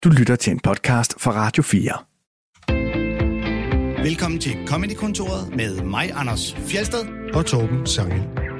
Du lytter til en podcast fra Radio 4. Velkommen til Comedy-kontoret med mig, Anders Fjeldsted og Torben Sangel.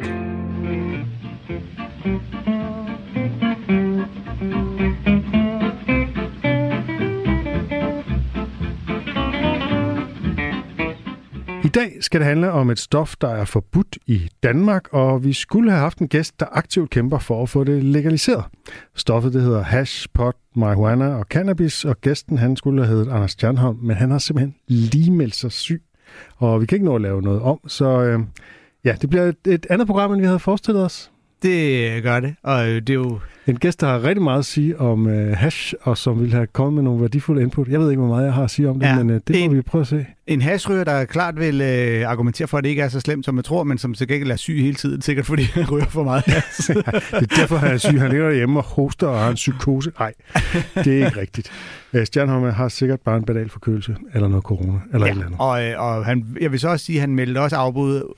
I dag skal det handle om et stof, der er forbudt i Danmark, og vi skulle have haft en gæst, der aktivt kæmper for at få det legaliseret. Stoffet det hedder hash, pot, marihuana og cannabis, og gæsten han skulle have heddet Anders Stjernholm, men han har simpelthen lige meldt sig syg, og vi kan ikke nå at lave noget om, så det bliver et andet program, end vi havde forestillet os. Det gør det, og det er jo... En gæst, der har rigtig meget at sige om hash, og som vil have kommet med nogle værdifulde input. Jeg ved ikke, hvor meget jeg har at sige om det, men det må vi prøve at se. En hashryger, der klart vil argumentere for, at det ikke er så slemt, som man tror, men som til gengæld er syg hele tiden, sikkert fordi han ryger for meget hash. Det er derfor, han er syg. Han ligger derhjemme og hoster og har en psykose. Nej, det er ikke rigtigt. Stjernholm har sikkert bare en banal forkølelse, eller noget corona, eller et eller andet. Og jeg vil så også sige, at han meldte også afbud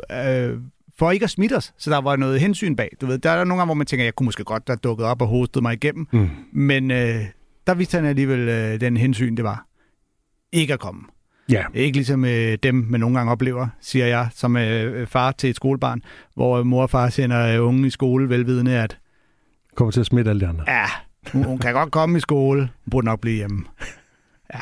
for ikke at smitte os, så der var noget hensyn bag. Du ved, der er nogle gange, hvor man tænker, jeg kunne måske godt have dukket op og hostet mig igennem, men der viste han alligevel den hensyn, det var ikke at komme. Ja. Ikke ligesom dem, man nogle gange oplever, siger jeg, som far til et skolebarn, hvor mor og far sender unge i skole, velvidende at... Kommer til at smitte alle de andre. Ja, hun kan godt komme i skole, hun burde nok blive hjemme. Ja.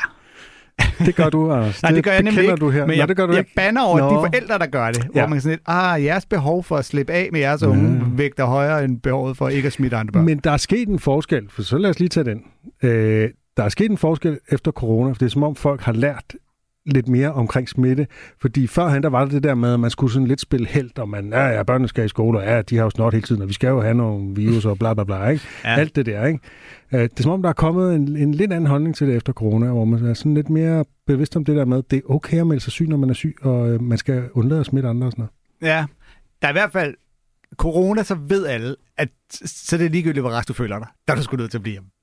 Det gør du, Anders. Nej, det gør jeg nemlig ikke, du her. men jeg banner over de forældre, der gør det. Ja. Hvor man sådan lidt, jeres behov for at slippe af med jeres unge vægter højere end behovet for ikke at smitte andre børn. Men der er sket en forskel, for så lad os lige tage den. Der er sket en forskel efter corona, for det er som om folk har lært lidt mere omkring smitte, fordi førhen der var det der med, at man skulle sådan lidt spille helt, og man, børnene skal i skole, og de har jo snart hele tiden, og vi skal jo have nogle virus og bla bla bla, ikke? Ja. Alt det der, ikke? Det er som om, der er kommet en lidt anden holdning til det efter corona, hvor man er sådan lidt mere bevidst om det der med, at det er okay at melde sig syg, når man er syg, og man skal undlade at smitte andre og sådan noget. Ja, der er i hvert fald corona, så ved alle, at så det er ligegyldigt, hvor rask du føler dig. Der er du sgu nødt til at blive hjemme.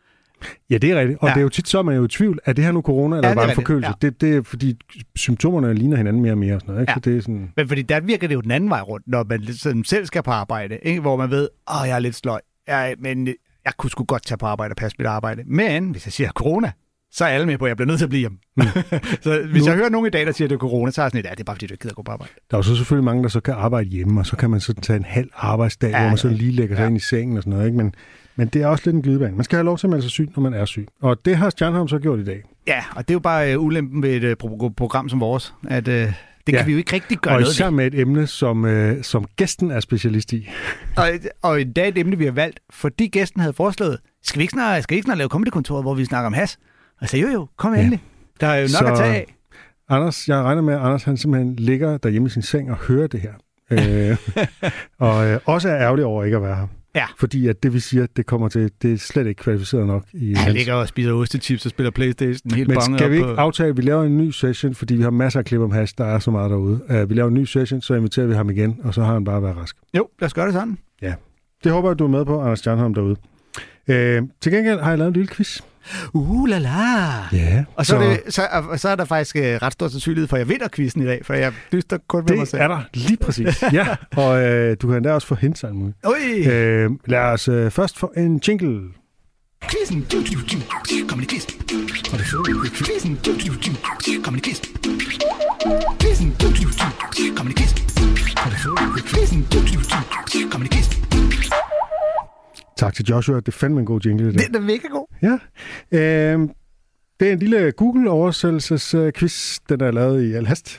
Ja, det er rigtigt. Og det er jo tit så, man er jo i tvivl, er det her nu corona, eller bare en forkølelse? Ja. Det er, fordi symptomerne ligner hinanden mere og mere. Og sådan noget, ikke? Ja. Så det er sådan... Men fordi der virker det jo den anden vej rundt, når man sådan selv skal på arbejde, ikke? Hvor man ved, jeg er lidt sløj, men jeg kunne sgu godt tage på arbejde og passe mit arbejde. Men hvis jeg siger corona, så er alle med på, at jeg bliver nødt til at blive hjemme. Så hvis jeg hører nogen i dag, der siger, at det er corona, så er jeg sådan lidt, det er bare fordi, du ikke gider gå på arbejde. Der er jo så selvfølgelig mange, der så kan arbejde hjemme, og så kan man så tage en halv arbejdsdag, hvor man så lige lægger sig ind i sengen og sådan noget, ikke? Men det er også lidt en glidebane. Man skal have lov til at melde sig syg, når man er syg. Og det har Stjernholm så gjort i dag. Ja, og det er jo bare ulempen ved et program som vores, at det kan vi jo ikke rigtig gøre noget. Og især med et emne, som gæsten er specialist i. Og i dag et emne, vi har valgt, fordi gæsten havde foreslået, skal vi ikke snart lave Comedy-kontoret, hvor vi snakker om hash? Og så jo, kom endelig. Der er jo nok at tage af. Anders, jeg regner med, at Anders han simpelthen ligger derhjemme i sin seng og hører det her. Og også er ærgerlig over ikke at være her. Ja. Fordi at det vi siger, det kommer til, det er slet ikke kvalificeret nok. Han ligger og spiser ostechips og spiller PlayStation helt bange. Men skal vi ikke aftale, at vi laver en ny session, fordi vi har masser af klip om hash, der er så meget derude. Vi laver en ny session, så inviterer vi ham igen, og så har han bare været rask. Jo, lad os gøre det sådan. Ja, det håber jeg, du er med på, Anders Stjernholm derude. Til gengæld har jeg lavet en lille quiz. La la. Ja. Og så er der faktisk ret stor sandsynlighed for, at jeg vinder quizzen i dag, for jeg dyster kun med mig selv. Det er der, lige præcis. Ja, og du kan endda også få hints alt muligt. Lad os først få en jingle. Quizzen. Comedy quiz. Quizzen. Comedy quiz. Quizzen. Comedy quiz. Quizzen. Comedy quiz. Tak til Joshua. Det er fandme en god jingle. Den er mega god. Ja. Det er en lille Google-oversættelsesquiz, den er lavet i al hast.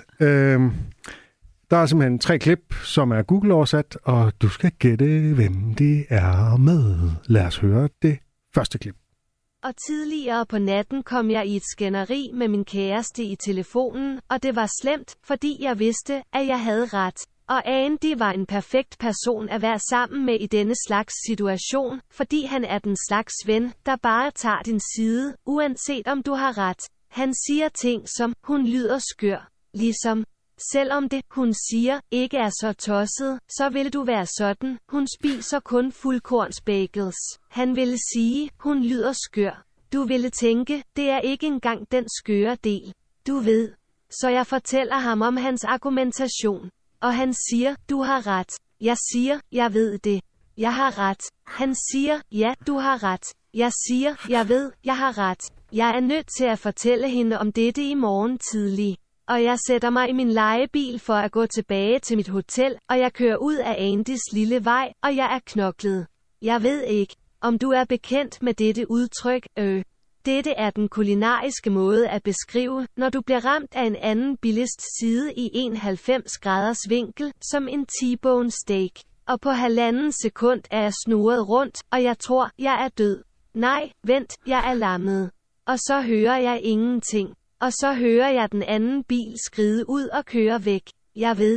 Der er simpelthen 3 klip, som er Google-oversat, og du skal gætte, hvem det er med. Lad os høre det første klip. Og tidligere på natten kom jeg i et skænderi med min kæreste i telefonen, og det var slemt, fordi jeg vidste, at jeg havde ret. Og Andy var en perfekt person at være sammen med i denne slags situation, fordi han er den slags ven, der bare tager din side, uanset om du har ret. Han siger ting som, hun lyder skør, ligesom, selvom det, hun siger, ikke er så tosset, så vil du være sådan, hun spiser kun fuldkornsbagels. Han ville sige, hun lyder skør. Du ville tænke, det er ikke engang den skøre del. Du ved. Så jeg fortæller ham om hans argumentation. Og han siger, du har ret. Jeg siger, jeg ved det. Jeg har ret. Han siger, ja, du har ret. Jeg siger, jeg ved, jeg har ret. Jeg er nødt til at fortælle hende om dette i morgen tidlig. Og jeg sætter mig i min lejebil for at gå tilbage til mit hotel, og jeg kører ud af Andys lille vej, og jeg er knoklet. Jeg ved ikke, om du er bekendt med dette udtryk, Dette er den kulinariske måde at beskrive, når du bliver ramt af en anden billigst side i en 90 graders vinkel, som en T-bone steak. Og på 1,5 sekund er jeg snurret rundt, og jeg tror, jeg er død. Nej, vent, jeg er lammet. Og så hører jeg ingenting. Og så hører jeg den anden bil skride ud og køre væk. Jeg ved.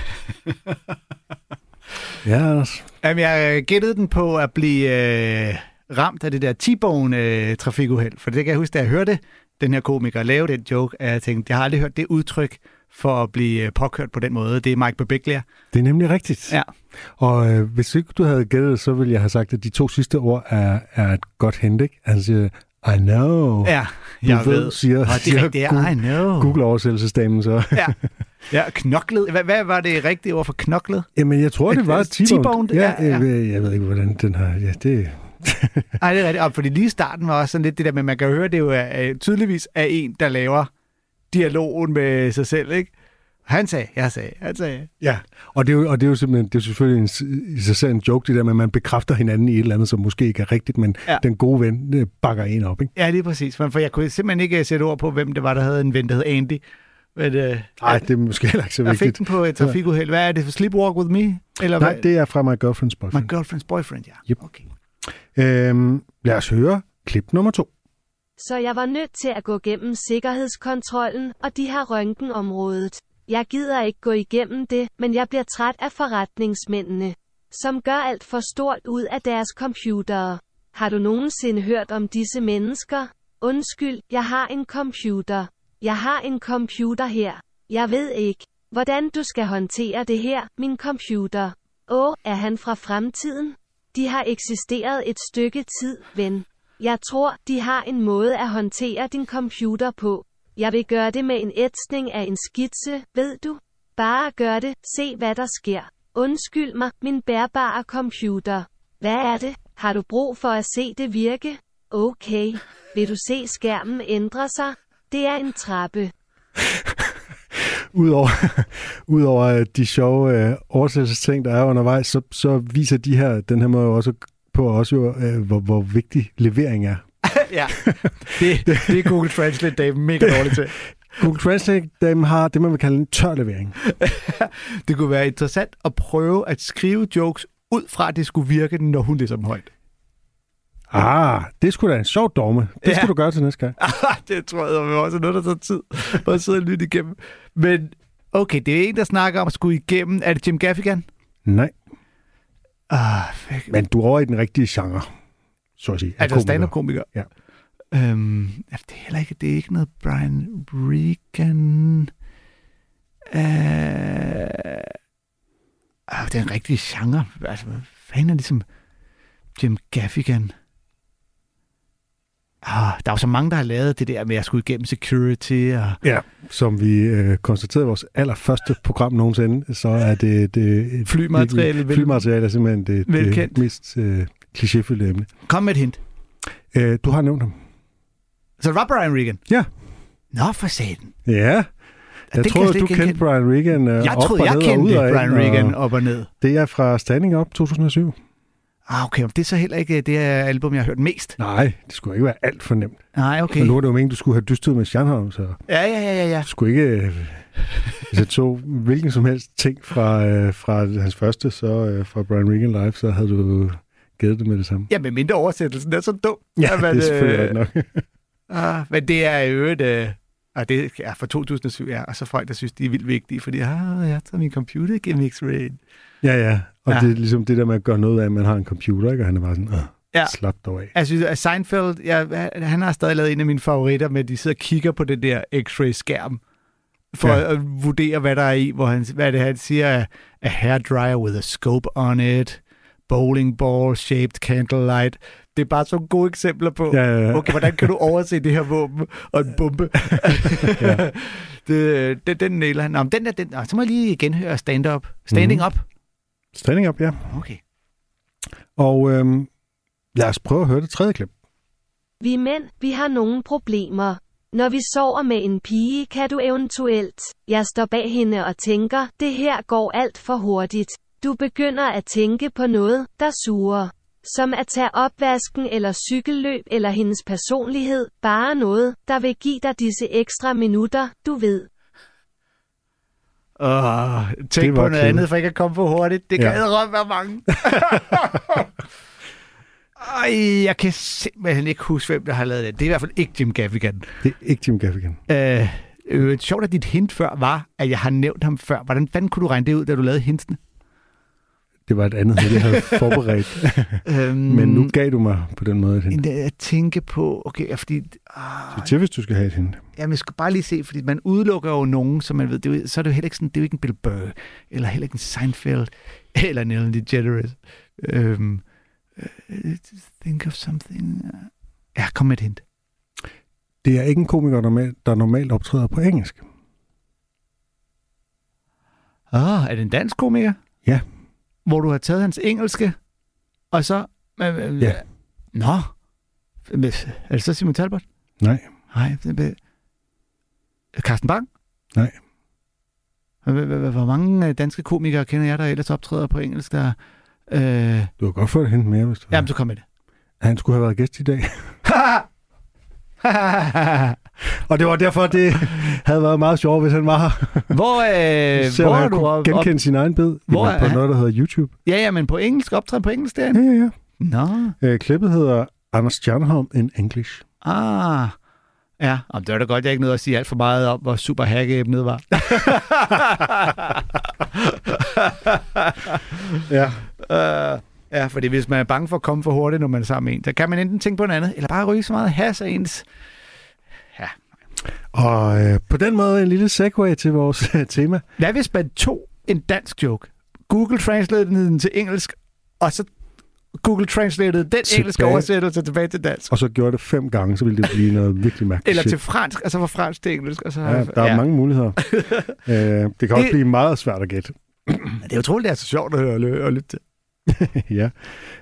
Ja, Anders. Jamen, jeg gættede den på at blive ramt af det der T-bone-trafikuheld. For det kan jeg huske, da jeg hørte den her komiker lave den joke, at jeg tænkte, jeg har aldrig hørt det udtryk for at blive påkørt på den måde. Det er Mike Birbiglia. Det er nemlig rigtigt. Ja. Og hvis ikke du havde gættet det, så ville jeg have sagt, at de 2 sidste ord er et godt hint, ikke? Han siger, I know. Ja, jeg ved. Siger I know. Google-oversættelsesdamen så. Ja, knoklet. Hvad var det rigtige ord for knoklet? Jamen, jeg tror, det var T-bone. Ja. Jeg ved ikke, hvordan den har... Ja, det... Ej, det er rigtigt. Og fordi lige i starten var også sådan lidt det der med, man kan høre, det jo er tydeligvis af en, der laver dialogen med sig selv, ikke? Han sagde, jeg sagde, han sagde. Ja, og det er jo simpelthen, det er selvfølgelig i sig selv en joke, det der med, at man bekræfter hinanden i et eller andet, som måske ikke er rigtigt, men den gode ven bakker en op, ikke? Ja, lige præcis. For jeg kunne simpelthen ikke sætte ord på, hvem det var, der havde en ven, der hed Andy. Nej, det er måske heller ikke så vigtigt. Jeg fik den på et trafikuheld. Hvad er det for Sleepwalk With Me? Eller nej, det er fra My Girlfriend's Boyfriend. My Girlfriend's Boyfriend, ja. Yep. Okay. Lad os høre klip nummer 2. Så jeg var nødt til at gå gennem sikkerhedskontrollen, og de har røntgenområdet. Jeg gider ikke gå igennem det, men jeg bliver træt af forretningsmændene, som gør alt for stort ud af deres computere. Har du nogensinde hørt om disse mennesker? Undskyld, jeg har en computer. Jeg har en computer her. Jeg ved ikke, hvordan du skal håndtere det her, min computer. Er han fra fremtiden? De har eksisteret et stykke tid, ven. Jeg tror, de har en måde at håndtere din computer på. Jeg vil gøre det med en ætsning af en skitse, ved du? Bare gør det, se hvad der sker. Undskyld mig, min bærbare computer. Hvad er det? Har du brug for at se det virke? Okay. Vil du se skærmen ændre sig? Det er en trappe. Udover de sjove oversættelsesting, der er undervejs, så viser den her måde også på hvor vigtig levering er. Ja, det er Google Translate-damen mega dårligt til. Google Translate-damen har det, man vil kalde en tør levering. Det kunne være interessant at prøve at skrive jokes ud fra, at det skulle virke, når hun læser dem højt. Det skulle da en sjov dogme. Det skulle du gøre til næste gang. Det tror jeg også er noget, der tager tid. Bare sidde og lytte igennem. Men okay, det er en, der snakker om at skulle igennem. Er det Jim Gaffigan? Nej. Men du er over i den rigtige genre, så at sige. Er det stand-up-komiker? Ja. Det er heller ikke, det er ikke noget Brian Regan. Det er en rigtig genre. Altså, hvad fanden er ligesom Jim Gaffigan? Der er jo så mange, der har lavet det der med at skulle igennem security. Ja, som vi konstaterede i vores allerførste program nogensinde, så er det flymateriale er simpelthen det mest klichéfyldte emne. Kom med et hint. Du har nævnt ham. Så det var Brian Regan? Ja. Nå, for satan. Ja. Jeg troede, du kendte Brian Regan jeg troede, jeg kendte Brian Regan op og ned. Det er fra Standing Up 2007. Okay, det er så heller ikke det album, jeg har hørt mest. Nej, det skulle ikke være alt for nemt. Nej, okay. Men nu er det jo meningen, du skulle have dystet med Schanholm, så... Ja. Du skulle ikke... Hvis jeg tog hvilken som helst ting fra hans første, så fra Brian Regan Live, så havde du givet det med det samme. Ja, med mindre oversættelsen er så dum. Ja, det er selvfølgelig nok. Men det er jo det er fra 2007, ja, og så folk, der synes, de er vildt vigtige, fordi jeg tager min computer gennem X-Ray. Ja, og det er ligesom det der med at gøre noget af, at man har en computer, ikke? Og han er bare sådan, slap dog af. Jeg synes, at Seinfeld, han har stadig lavet en af mine favoritter, med at de sidder og kigger på det der X-Ray-skærm, for at vurdere, hvad der er i, hvad det han siger, a hairdryer with a scope on it, bowling ball shaped candlelight. Det er bare så gode eksempler på, okay, hvordan kan du overse det her våben og en bombe? Den nailer han. Nå, så må jeg lige genhøre stand-up. Standing Up. Standing Up, ja. Okay. Og lad os prøve at høre det tredje klip. Vi mænd, vi har nogle problemer. Når vi sover med en pige, kan du eventuelt. Jeg står bag hende og tænker, det her går alt for hurtigt. Du begynder at tænke på noget, der suger. Som at tage opvasken eller cykelløb eller hendes personlighed. Bare noget, der vil give dig disse ekstra minutter, du ved. Tænk på noget andet, for ikke at komme for hurtigt. Det kan æderrømme være mange. Jeg kan simpelthen ikke huske, hvem der har lavet det. Det er i hvert fald ikke Jim Gaffigan. Det er ikke Jim Gaffigan. Sjovt, at dit hint før var, at jeg har nævnt ham før. Hvordan fanden kunne du regne det ud, da du lavede hintsene? Det var et andet, jeg havde forberedt. Men nu gav du mig på den måde et hint. Jeg tænker på, okay, fordi... Så til, hvis du skal have et hint. Jamen, jeg skal bare lige se, fordi man udelukker jo nogen, som man ved, det er jo, så er det jo heller ikke sådan, det er jo ikke en Bill Burr, eller heller ikke en Seinfeld, eller en Ellen DeGeneres. Think of something... Ja, kom med et hint. Det er ikke en komiker, der normalt optræder på engelsk. Er det en dansk komiker? Ja. Hvor du har taget hans engelske, og så... Ja. Nå. Er det så Simon Talbot? Nej. Nej. Carsten Bang? Nej. Hvor mange danske komikere kender jeg, der ellers optræder på engelsk, der... Du har godt fået et hint mere, hvis du... Jamen, så kom med det. Han skulle have været gæst i dag. Og det var derfor, det havde været meget sjovt, hvis han var her. Hvor er du genkendt sin egen bid på noget, der hedder YouTube. Ja, men på engelsk, optræden på engelsk derinde? Ja. Nå. Klippet hedder Anders Stjernholm in English. Ja, det var da godt, jeg ikke nåede at sige alt for meget om, hvor super hackeæbnet var. Ja. Ja, fordi hvis man er bange for at komme for hurtigt, når man er sammen med en, så kan man enten tænke på noget andet, eller bare ryge så meget hash af ens... Ja. Og på den måde en lille segue til vores tema. Hvad hvis man tog en dansk joke, Google Translate den til engelsk, og så Google Translate den engelske oversættelse tilbage til dansk? Og så gjorde det 5 gange, så ville det blive noget virkelig mærkeligt. Eller til fransk, altså fra fransk til engelsk. Og så, ja, der er mange muligheder. Det kan også blive meget svært at gætte. Det er utroligt, det er så sjovt at høre og lytte til. Ja.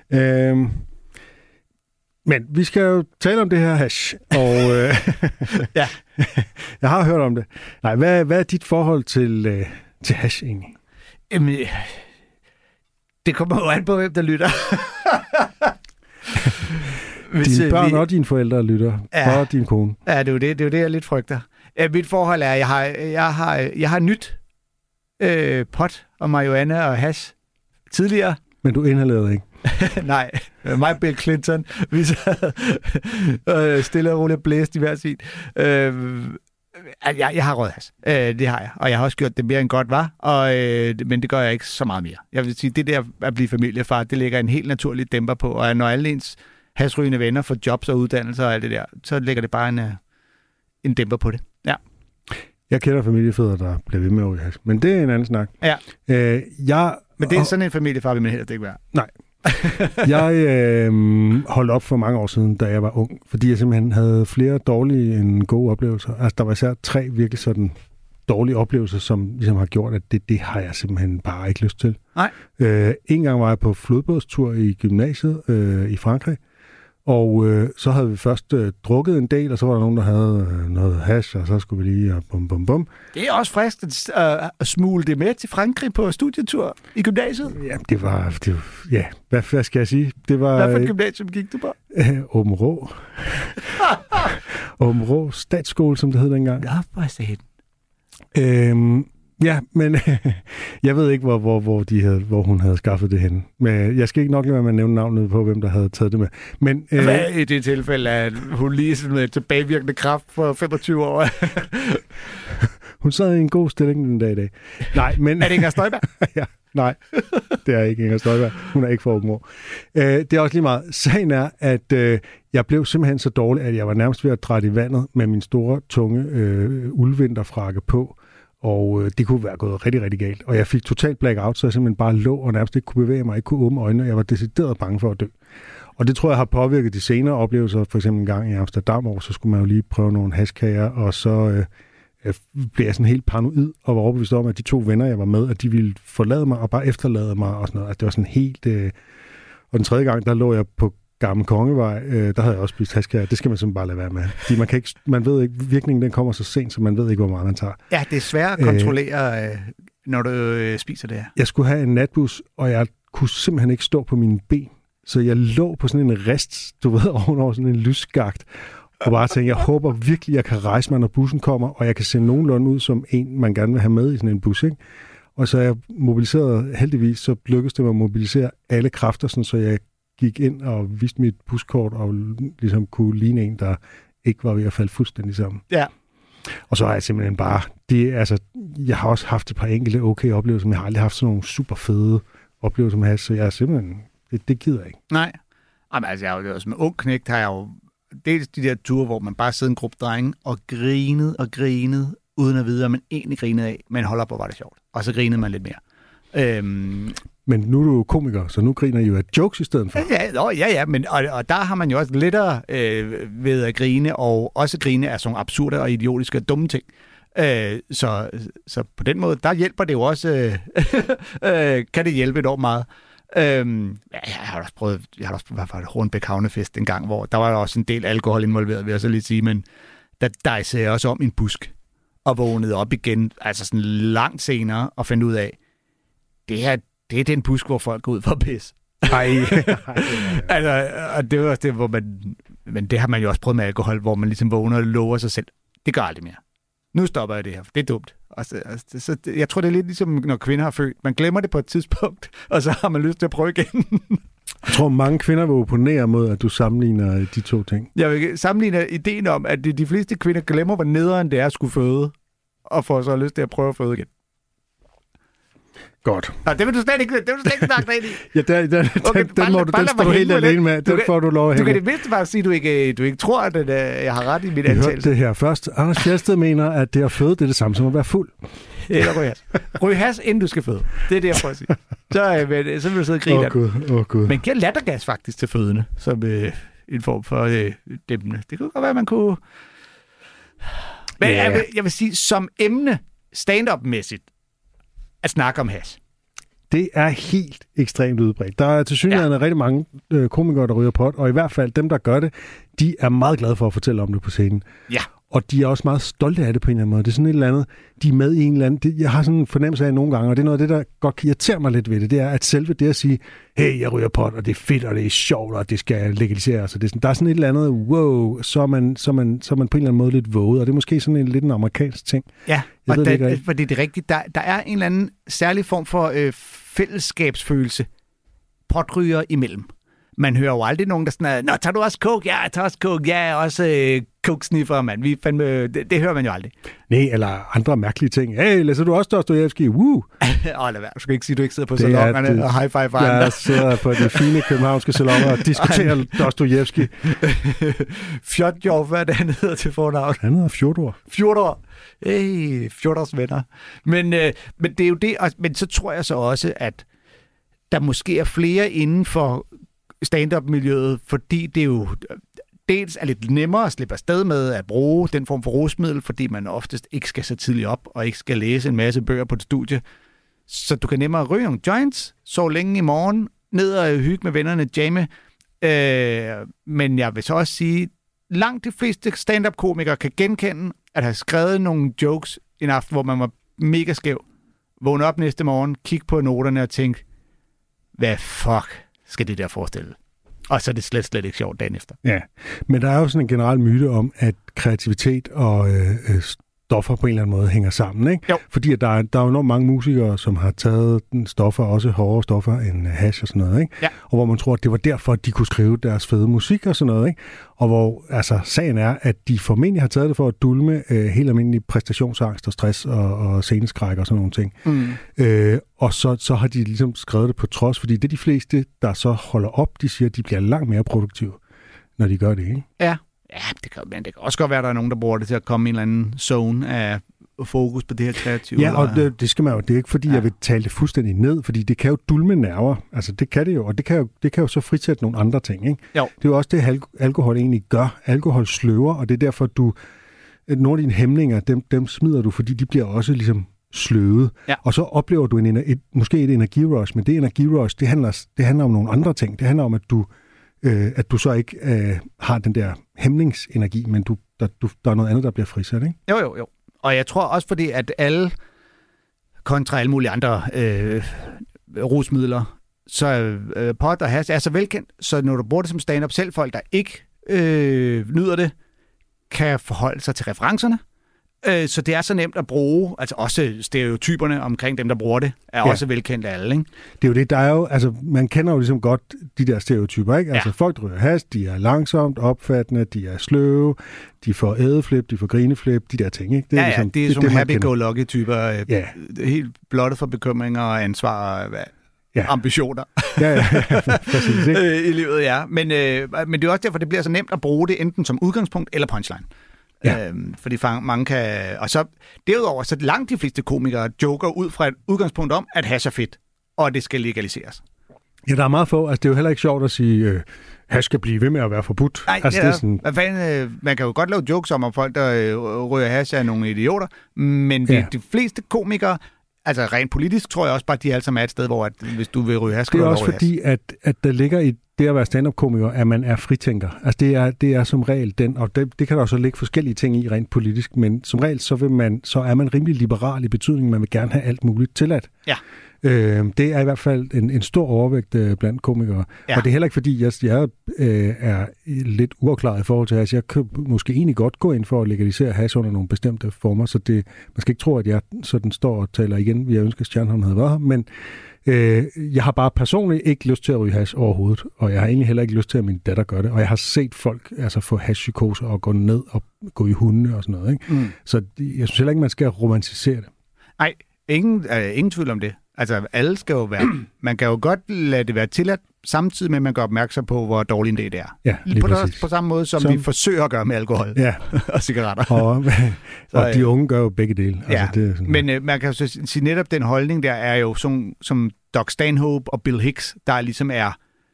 Men vi skal jo tale om det her hash, og ja. Jeg har hørt om det. Nej, hvad er dit forhold til hash egentlig? Jamen, det kommer jo an på, hvem der lytter. Dine børn og dine forældre lytter, og din kone. Ja, det er jo det, jeg lidt frygter. Mit forhold er, jeg har nyt pot og marihuana og hash tidligere. Men du inhalerede ikke? Nej, mig og Bill Clinton, vi sad stille og roligt blæst i hver sin. Jeg har røget hash. Det har jeg. Og jeg har også gjort det mere end godt var. Men det gør jeg ikke så meget mere. Jeg vil sige, det der at blive familiefar, det lægger en helt naturlig dæmper på. Og når alle ens hashrygende venner får jobs og uddannelser og alt det der, så lægger det bare en dæmper på det. Ja. Jeg kender familiefædre, der bliver ved med at ryge hash. Men det er en anden snak. Ja. Men det er sådan en familiefar, vil man heller ikke være. Nej. Jeg holdt op for mange år siden, da jeg var ung, fordi jeg simpelthen havde flere dårlige end gode oplevelser. Altså, der var især 3 virkelig sådan dårlige oplevelser, som ligesom har gjort, at det har jeg simpelthen bare ikke lyst til. Nej. En gang var jeg på flodbådstur i gymnasiet i Frankrig, og så havde vi først drukket en del, og så var der nogen, der havde noget hash, og så skulle vi lige bum. Det er også frisk at smule det med til Frankrig på studietur i gymnasiet. Ja, det var ja, hvad skal jeg sige? Det var, hvad for et gymnasium gik du på? Åben Rå. Åben Rå Statsskole, som det hed dengang. Ja, hvor ja, men jeg ved ikke, hvor hun havde skaffet det henne. Men jeg skal ikke nok lade være med at nævne navnet på, hvem der havde taget det med. Men, hvad i det tilfælde, at hun lige sådan med tilbagevirkende kraft for 25 år? Hun sad i en god stilling den dag i dag. Nej, men... Er det Inger Støjberg? Ja, nej, det er ikke Inger Støjberg. Hun er ikke for Åben Rå. Det er også lige meget. Sagen er, at jeg blev simpelthen så dårlig, at jeg var nærmest ved at drætte i vandet med min store, tunge uldvinterfrakke på. Og det kunne være gået rigtig, rigtig galt. Og jeg fik totalt blackout, så jeg simpelthen bare lå og nærmest ikke kunne bevæge mig, ikke kunne åbne øjnene, og jeg var decideret bange for at dø. Og det tror jeg har påvirket de senere oplevelser. For eksempel en gang i Amsterdam, hvor så skulle man jo lige prøve nogle hashkager, og så blev jeg sådan helt paranoid og var overbevist om, at de 2 venner, jeg var med, at de ville forlade mig og bare efterlade mig og sådan noget. Altså, det var sådan helt... Og den 3. gang, der lå jeg på Gammel Kongevej, der havde jeg også spist hashkager. Det skal man simpelthen bare lade være med. Fordi man ved ikke, virkningen den kommer så sent, så man ved ikke, hvor meget man tager. Ja, det er svært at kontrollere, når du spiser det her. Jeg skulle have en natbus, og jeg kunne simpelthen ikke stå på mine ben. Så jeg lå på sådan en rist, du ved, ovenover sådan en lysgagt, og bare tænkte, jeg håber virkelig, jeg kan rejse mig, når bussen kommer, og jeg kan se nogenlunde ud som en, man gerne vil have med i sådan en bus, ikke? Og så jeg mobiliserede, heldigvis, så lykkedes det mig at mobilisere alle kræfter, sådan, så jeg gik ind og viste mit buskort, og ligesom kunne ligne en, der ikke var ved at falde fuldstændig sammen. Ja. Og så har jeg simpelthen bare, jeg har også haft et par enkelte okay oplevelser, men jeg har aldrig haft sådan nogle super fede oplevelser med hash, så jeg er simpelthen, det gider jeg ikke. Nej. Jamen, altså, jeg har jo også med ung knægt, har jeg jo dels de der ture, hvor man bare sidder en gruppe drenge og grinede, uden at vide, om man egentlig grinede af, men hold op, hvor var det sjovt. Og så grinede man lidt mere. Men nu er du komiker, så nu griner I jo af jokes i stedet for. Ja, men og der har man jo også lettere ved at grine, og også grine af sådan absurde og idiotiske og dumme ting. Så på den måde, der hjælper det jo også, kan det hjælpe enormt meget. Jeg har også prøvet, hvad var det, Hornbæk Havnefest en gang, hvor der var også en del alkohol involveret, vil jeg så lige sige, men der dejsede jeg også om en busk og vågnede op igen, altså sådan langt senere, og fandt ud af, det er den busk, hvor folk går ud for at pisse. Altså, og det var også det, hvor men det har man jo også prøvet med alkohol, hvor man ligesom vågner og lover sig selv. Det gør aldrig mere. Nu stopper jeg det her, for det er dumt. Så jeg tror, det er lidt ligesom, når kvinder har født. Man glemmer det på et tidspunkt, og så har man lyst til at prøve igen. Jeg tror, mange kvinder vil opponere mod, at du sammenligner de to ting. Jeg vil sammenligne ideen om, at de fleste kvinder glemmer, hvor nederen det er at skulle føde, og får så lyst til at prøve at føde igen. Godt. Nå, det vil du slet ikke snakke dig ind i. Ja, den står du helt alene med. Den får du lov at hænge. Du kan det mindste bare sige, at du ikke tror, at jeg har ret i mit antagelse. Vi hørte det her først. Anders Fjeldsted mener, at det at føde, det er det samme som at være fuld. Eller ryge has. Ryge has, inden du skal føde. Det er det, jeg prøver at sige. Så vil du sidde og grine af det. Gud. Men giver lattergas faktisk til fødende, som en form for dæmpende. Det kunne godt være, man kunne... Men jeg vil sige, som emne, stand-up-mæssigt, at snakke om hash. Det er helt ekstremt udbredt. Der er tilsyneladende rigtig mange komikere, der ryger pot, og i hvert fald dem, der gør det, de er meget glade for at fortælle om det på scenen. Ja. Og de er også meget stolte af det på en eller anden måde. Det er sådan et eller andet, de er med i en eller anden... Jeg har sådan en fornemmelse af nogle gange, og det er noget af det, der godt kan irritere mig lidt ved det, det er, at selve det at sige, hey, jeg ryger pot, og det er fedt, og det er sjovt, og det skal legaliseres. Og det er sådan, der er sådan et eller andet, wow, så er man på en eller anden måde lidt våget, og det er måske sådan lidt en amerikansk ting. Ja, fordi det er rigtigt. Der er en eller anden særlig form for fællesskabsfølelse potryger imellem. Man hører jo aldrig nogen, der sådan, nå, tager du også coke? Ja, jeg tager også coke. Ja, også coke-sniffer, mand. Det hører man jo aldrig. Nej, eller andre mærkelige ting. Hey, læser du også Dostojevski? Woo! Lad være. Du skal ikke sige, at du ikke sidder på salonerne og high-five for andre. Jeg sidder på de fine københavnske saloner og diskuterer Dostojevski. Fjodjov, hvad er det, han hedder til fornavn? Han hedder Fjodor. Fjodor. Hey, Fjodors venner. Men det er jo det, men så tror jeg så også, at der måske er flere inden for stand-up-miljøet, fordi det jo dels er lidt nemmere at slippe afsted med at bruge den form for rusmiddel, fordi man oftest ikke skal så tidligt op, og ikke skal læse en masse bøger på et studie. Så du kan nemmere ryge nogle joints, sove længe i morgen, ned og hygge med vennerne, jamme. Men jeg vil så også sige, langt de fleste stand-up-komikere kan genkende at have skrevet nogle jokes en aften, hvor man var mega skæv. Vågne op næste morgen, kigge på noterne og tænke, hvad fuck skal det der forestille? Og så er det slet ikke sjovt dagen efter. Ja, men der er jo sådan en generel myte om, at kreativitet og stoffer på en eller anden måde hænger sammen, ikke? Jo. Fordi at der er jo enormt mange musikere, som har taget stoffer, også hårdere stoffer end hash og sådan noget, ikke? Ja. Og hvor man tror, at det var derfor, at de kunne skrive deres fede musik og sådan noget, ikke? Og hvor altså sagen er, at de formentlig har taget det for at dulme helt almindelig præstationsangst og stress og sceneskræk og sådan nogle ting. Og så har de ligesom skrevet det på trods, fordi det er de fleste, der så holder op, de siger, at de bliver langt mere produktive, når de gør det, ikke? Ja. Ja, det kan også godt være, at der er nogen, der bruger det til at komme i en eller anden zone af fokus på det her kreative. Ja, og det skal man jo. Det er ikke, fordi jeg vil tale det fuldstændig ned, fordi det kan jo dulme nerver. Altså, det kan det jo, og det kan jo så frisætte nogle andre ting, ikke? Jo. Det er jo også det, alkohol egentlig gør. Alkohol sløver, og det er derfor, nogle af dine hæmninger, dem smider du, fordi de bliver også ligesom sløvet. Ja. Og så oplever du måske et energirush, men det energirush, det handler om nogle andre ting. Det handler om, at du at du så ikke har den der hæmningsenergi, men der er noget andet, der bliver frisat, ikke? Jo. Og jeg tror også, fordi at alle kontra alle mulige andre rusmidler, så pot og hash er så velkendt, så når du bruger det som stand-up, selv folk, der ikke nyder det, kan forholde sig til referencerne. Så det er så nemt at bruge, altså også stereotyperne omkring dem, der bruger det, er også velkendt af alle, ikke? Det er jo det, der er jo, altså man kender jo ligesom godt de der stereotyper, ikke? Altså folk ryger hash, de er langsomt opfattende, de er sløve, de får ædeflip, de får grineflip, de der ting, ikke? Det er ligesom, det er sådan happy-go-lucky-typer, helt blottet for bekymringer og ansvar og ambitioner præcis, ikke? I livet, ja. Men det er også derfor, det bliver så nemt at bruge det enten som udgangspunkt eller punchline. Ja. Fordi mange kan... Og så derudover, så langt de fleste komikere joker ud fra et udgangspunkt om, at hash er fedt, og det skal legaliseres. Ja, der er meget få. Altså, det er jo heller ikke sjovt at sige, hash skal blive ved med at være forbudt. Nej, altså, det er sådan... Hvad fanden, man kan jo godt lave jokes om folk, der ryger hash, er nogle idioter, men de fleste komikere, altså rent politisk, tror jeg også bare, de er alle sammen et sted, hvor at, hvis du vil ryge hash, skal det er du også fordi, at der ligger i det at være stand-up-komiker, at man er fritænker. Altså det er som regel den, og det kan der også ligge forskellige ting i rent politisk, men som regel så er man rimelig liberal i betydningen, man vil gerne have alt muligt tilladt. Ja. Det er i hvert fald en stor overvægt blandt komikere. Ja. Og det er heller ikke fordi, jeg er lidt uafklaret i forhold til hash. Jeg kan måske egentlig godt gå ind for at legalisere hash under nogle bestemte former, så man skal ikke tro, at jeg sådan står og taler igen. Jeg ønsker, at Stjernholm havde været her, men jeg har bare personligt ikke lyst til at ryge hash overhovedet, og jeg har egentlig heller ikke lyst til, at min datter gør det. Og jeg har set folk altså få hashpsykose og gå ned og gå i hunde og sådan noget, ikke? Mm. Så jeg synes heller ikke, man skal romantisere det. Nej, ingen tvivl om det. Altså, alle skal jo være... Man kan jo godt lade det være tilladt, samtidig med, at man gør opmærksom på, hvor dårlig en det er. Ja, på samme måde, som vi forsøger at gøre med alkohol og cigaretter. Og de unge gør jo begge dele. Ja, altså, det er sådan, men man kan jo sige, netop den holdning der er jo som Doc Stanhope og Bill Hicks, der ligesom er,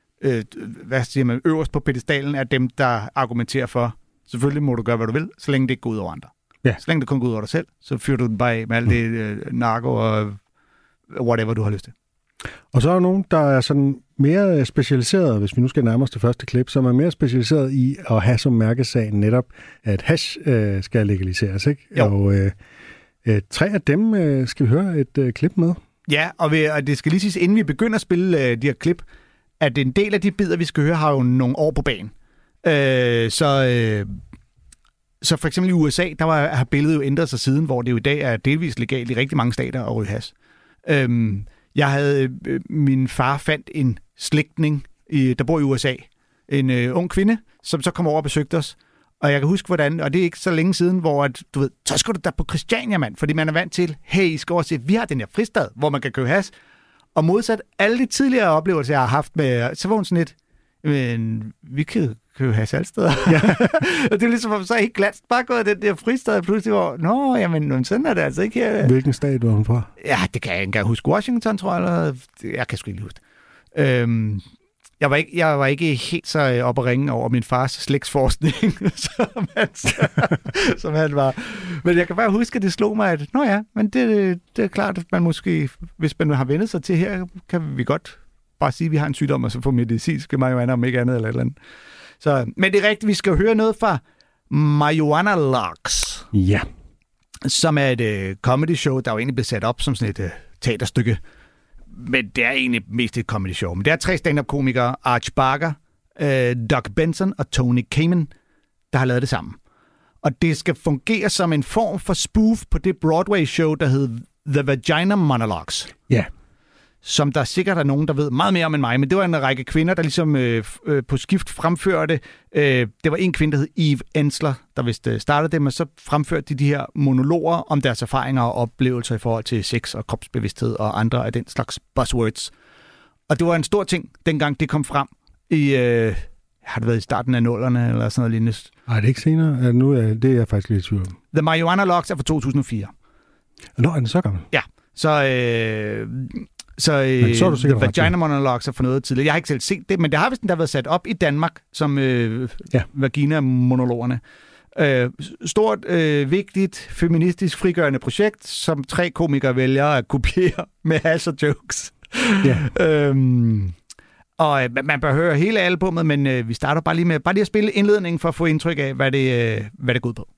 hvad siger man, øverst på pedestalen, er dem, der argumenterer for, selvfølgelig må du gøre, hvad du vil, så længe det ikke går ud over andre. Ja. Så længe det kun går ud over dig selv, så fyrer du den bare af med alt det narko og whatever, du har lyst til. Og så er der nogen, der er sådan mere specialiseret, hvis vi nu skal nærme os det første klip, som er mere specialiseret i at have som mærkesag netop, at hash skal legaliseres, ikke? Jo. Og 3 af dem skal vi høre et klip med. Ja, og det skal lige siges, inden vi begynder at spille de her klip, at en del af de bidder, vi skal høre, har jo nogle år på banen. Så for eksempel i USA, har billedet jo ændret sig siden, hvor det jo i dag er delvis legalt i rigtig mange stater at ryge hash. Min far fandt en slægtning, der bor i USA. En ung kvinde, som så kom over og besøgte os. Og jeg kan huske, hvordan, og det er ikke så længe siden, hvor at, du ved, så skal du da på Christiania, mand, fordi man er vant til, hey, I skal over se, vi har den her fristad, hvor man kan købe hash. Og modsat alle de tidligere oplevelser, jeg har haft med, så var hun sådan lidt, men vi kan købe hash alle steder. Ja. Og det er ligesom, så helt glat bare gået den der fristad, pludselig hvor, nå, jamen, sådan er det altså ikke her. Hvilken stat var hun fra? Ja, det kan jeg ikke engang huske. Washington, tror jeg, eller jeg kan sgu ikke huske. Jeg var ikke helt så op at ringe over min fars slægtsforskning, som han var. Men jeg kan bare huske, at det slog mig, at nå ja, men det er klart, at man måske, hvis man har vendt sig til her, kan vi godt bare sige, at vi har en sygdom, og så få medicinske marihuana, om ikke andet eller et eller andet. Så, men det er rigtigt, vi skal høre noget fra Marijuana Locks. Ja. Som er et comedy show, der jo egentlig blev sat op som sådan et teaterstykke. Men det er egentlig mest et comedy show. Men det er 3 stand-up-komikere, Arch Barker, Doug Benson og Tony Kamen, der har lavet det sammen. Og det skal fungere som en form for spoof på det Broadway-show, der hed The Vagina Monologues. Ja. Som der sikkert er nogen, der ved meget mere om end mig, men det var en række kvinder, der ligesom på skift fremførte. Det var en kvinde, der hed Eve Ensler, der vist startede det, men så fremførte de her monologer om deres erfaringer og oplevelser i forhold til sex og kropsbevidsthed og andre af den slags buzzwords. Og det var en stor ting, dengang det kom frem i, har det været i starten af 00'erne eller sådan noget lignende? Nej, det er ikke senere. Det er jeg faktisk lidt i tvivl om. The Marijuana Locks er fra 2004. Nå, er den så gammel? Ja, så The Vagina Monologues er for noget tidligere. Jeg har ikke selv set det, men det har vist været sat op i Danmark som vagina-monologerne. Stort, vigtigt, feministisk, frigørende projekt, som 3 komikere vælger at kopiere med hash og jokes. Yeah. Og man bør høre hele albummet, men vi starter bare lige med at spille indledningen for at få indtryk af, hvad det går ud på.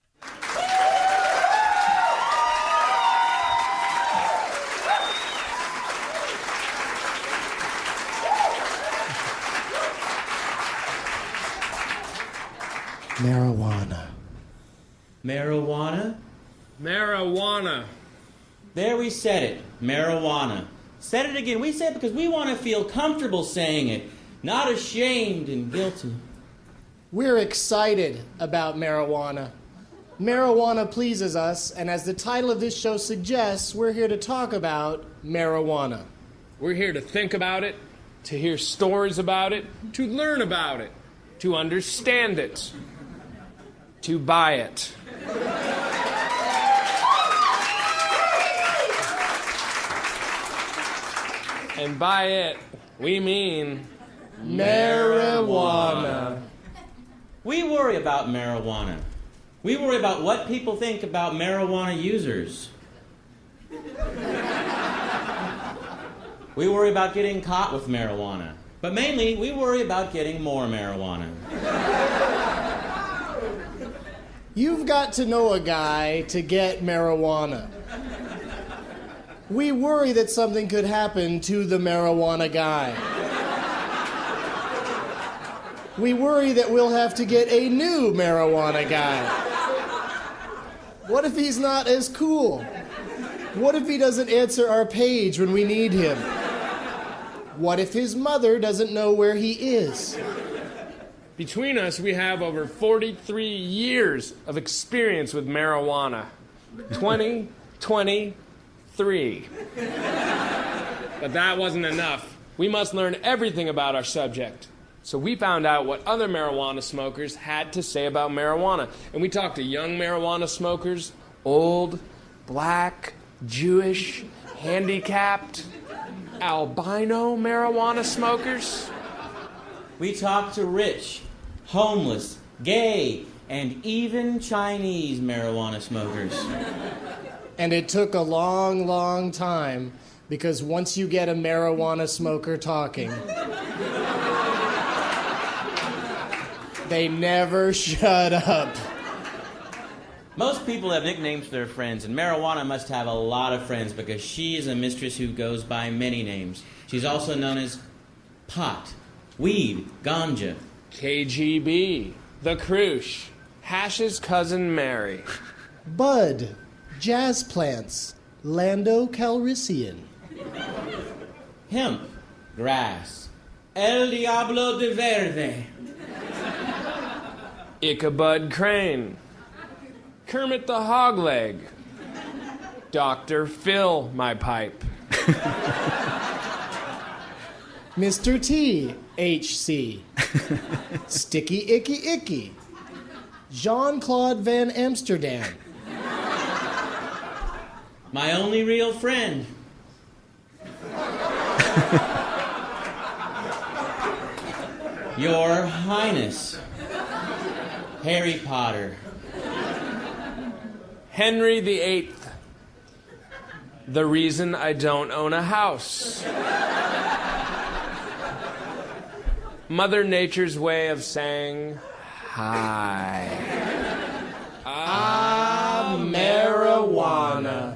Marijuana. Marijuana? Marijuana. There we said it. Marijuana. Said it again. We said it because we want to feel comfortable saying it, not ashamed and guilty. We're excited about marijuana. Marijuana pleases us, and as the title of this show suggests, we're here to talk about marijuana. We're here to think about it, to hear stories about it, to learn about it, to understand it, to buy it. And by it, we mean marijuana. We worry about marijuana. We worry about what people think about marijuana users. We worry about getting caught with marijuana. But mainly, we worry about getting more marijuana. You've got to know a guy to get marijuana. We worry that something could happen to the marijuana guy. We worry that we'll have to get a new marijuana guy. What if he's not as cool? What if he doesn't answer our page when we need him? What if his mother doesn't know where he is? between us, we have over 43 years of experience with marijuana. 23. But that wasn't enough. We must learn everything about our subject. So we found out what other marijuana smokers had to say about marijuana. And we talked to young marijuana smokers, old, black, Jewish, handicapped, albino marijuana smokers. We talked to rich, homeless, gay, and even Chinese marijuana smokers. And it took a long, long time, because once you get a marijuana smoker talking, they never shut up. Most people have nicknames for their friends, and marijuana must have a lot of friends because she is a mistress who goes by many names. She's also known as pot, weed, ganja, KGB, the Krush, Hash's cousin Mary, Bud, jazz plants, Lando Calrissian, hemp, grass, El Diablo de Verde, Ichabod Crane, Kermit the Hogleg, Dr. Phil, my pipe, Mr. T, HC, Sticky Icky Icky, Jean-Claude Van Amsterdam, my only real friend. Your Highness, Harry Potter, Henry VIII, the reason I don't own a house, Mother Nature's way of saying hi. marijuana.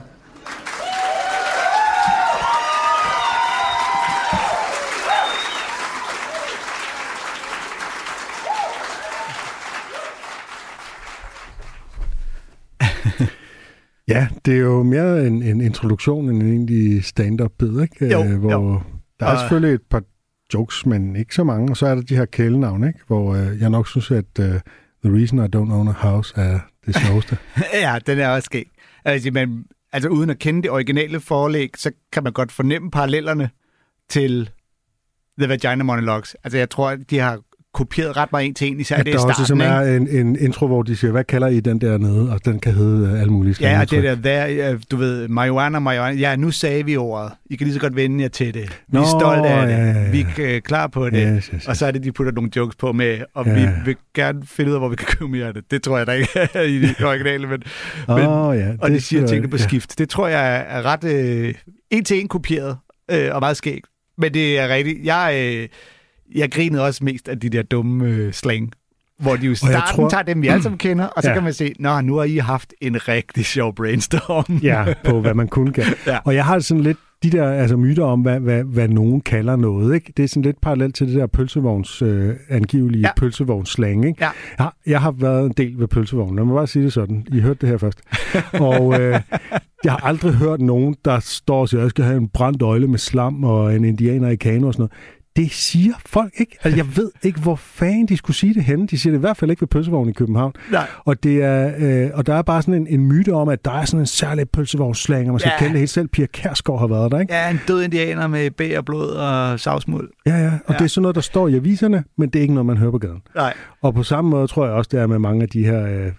Ja, det er jo mere en introduktion end en egentlig stand-up-bid, ikke? Hvor der er selvfølgelig et par jokes, men ikke så mange. Og så er der de her kælenavne, ikke? Hvor jeg nok synes, at The Reason I Don't Own a House er det sjoveste. Ja, den er også skæg. Altså uden at kende det originale forlæg, så kan man godt fornemme parallellerne til The Vagina Monologues. Altså jeg tror, de har kopieret ret meget en til en, især det i starten. Der er også en intro, hvor de siger, hvad kalder I den der nede? Og den kan hedde alle mulige. Ja, og det der, du ved, marijuana. Ja, nu sagde vi ordet. I kan lige så godt vende jer til det. Vi er stolte af det. Ja. Vi er klar på det. Yes. Og så er det, de putter nogle jokes på med, og vi vil gerne finde ud af, hvor vi kan købe mere af det. Det tror jeg da ikke er i det originale, men og de siger tingene på skift. Det tror jeg er ret en til en kopieret og meget skægt. Men det er rigtigt. Jeg grinede også mest af de der dumme slang, hvor de jo starten tager dem, vi alle sammen kender, og så kan man se, nu har I haft en rigtig sjov brainstorm. Ja, på hvad man kunne kan. Ja. Og jeg har sådan lidt de der myter om, hvad nogen kalder noget. Ikke? Det er sådan lidt parallelt til det der pølsevogns angivelige pølsevognsslang. Ikke? Ja. Jeg har været en del ved pølsevognen. Lad mig bare sige det sådan. I hørte det her først. Og jeg har aldrig hørt nogen, der står og siger, at jeg skal have en brændt øjle med slam og en indianer i kano og sådan noget. Det siger folk ikke. Altså, jeg ved ikke, hvor fanden de skulle sige det henne. De siger det i hvert fald ikke ved pølsevognen i København. Nej. Og det er, og der er bare sådan en myte om, at der er sådan en særlig pølsevognsslang, og man skal kende det helt selv. Pia Kjærsgaard har været der, ikke? Ja, en død indianer med bæ og blod og savsmuld. Ja. Og det er sådan noget, der står i aviserne, men det er ikke noget, man hører på gaden. Nej. Og på samme måde tror jeg også, det er med mange af de her...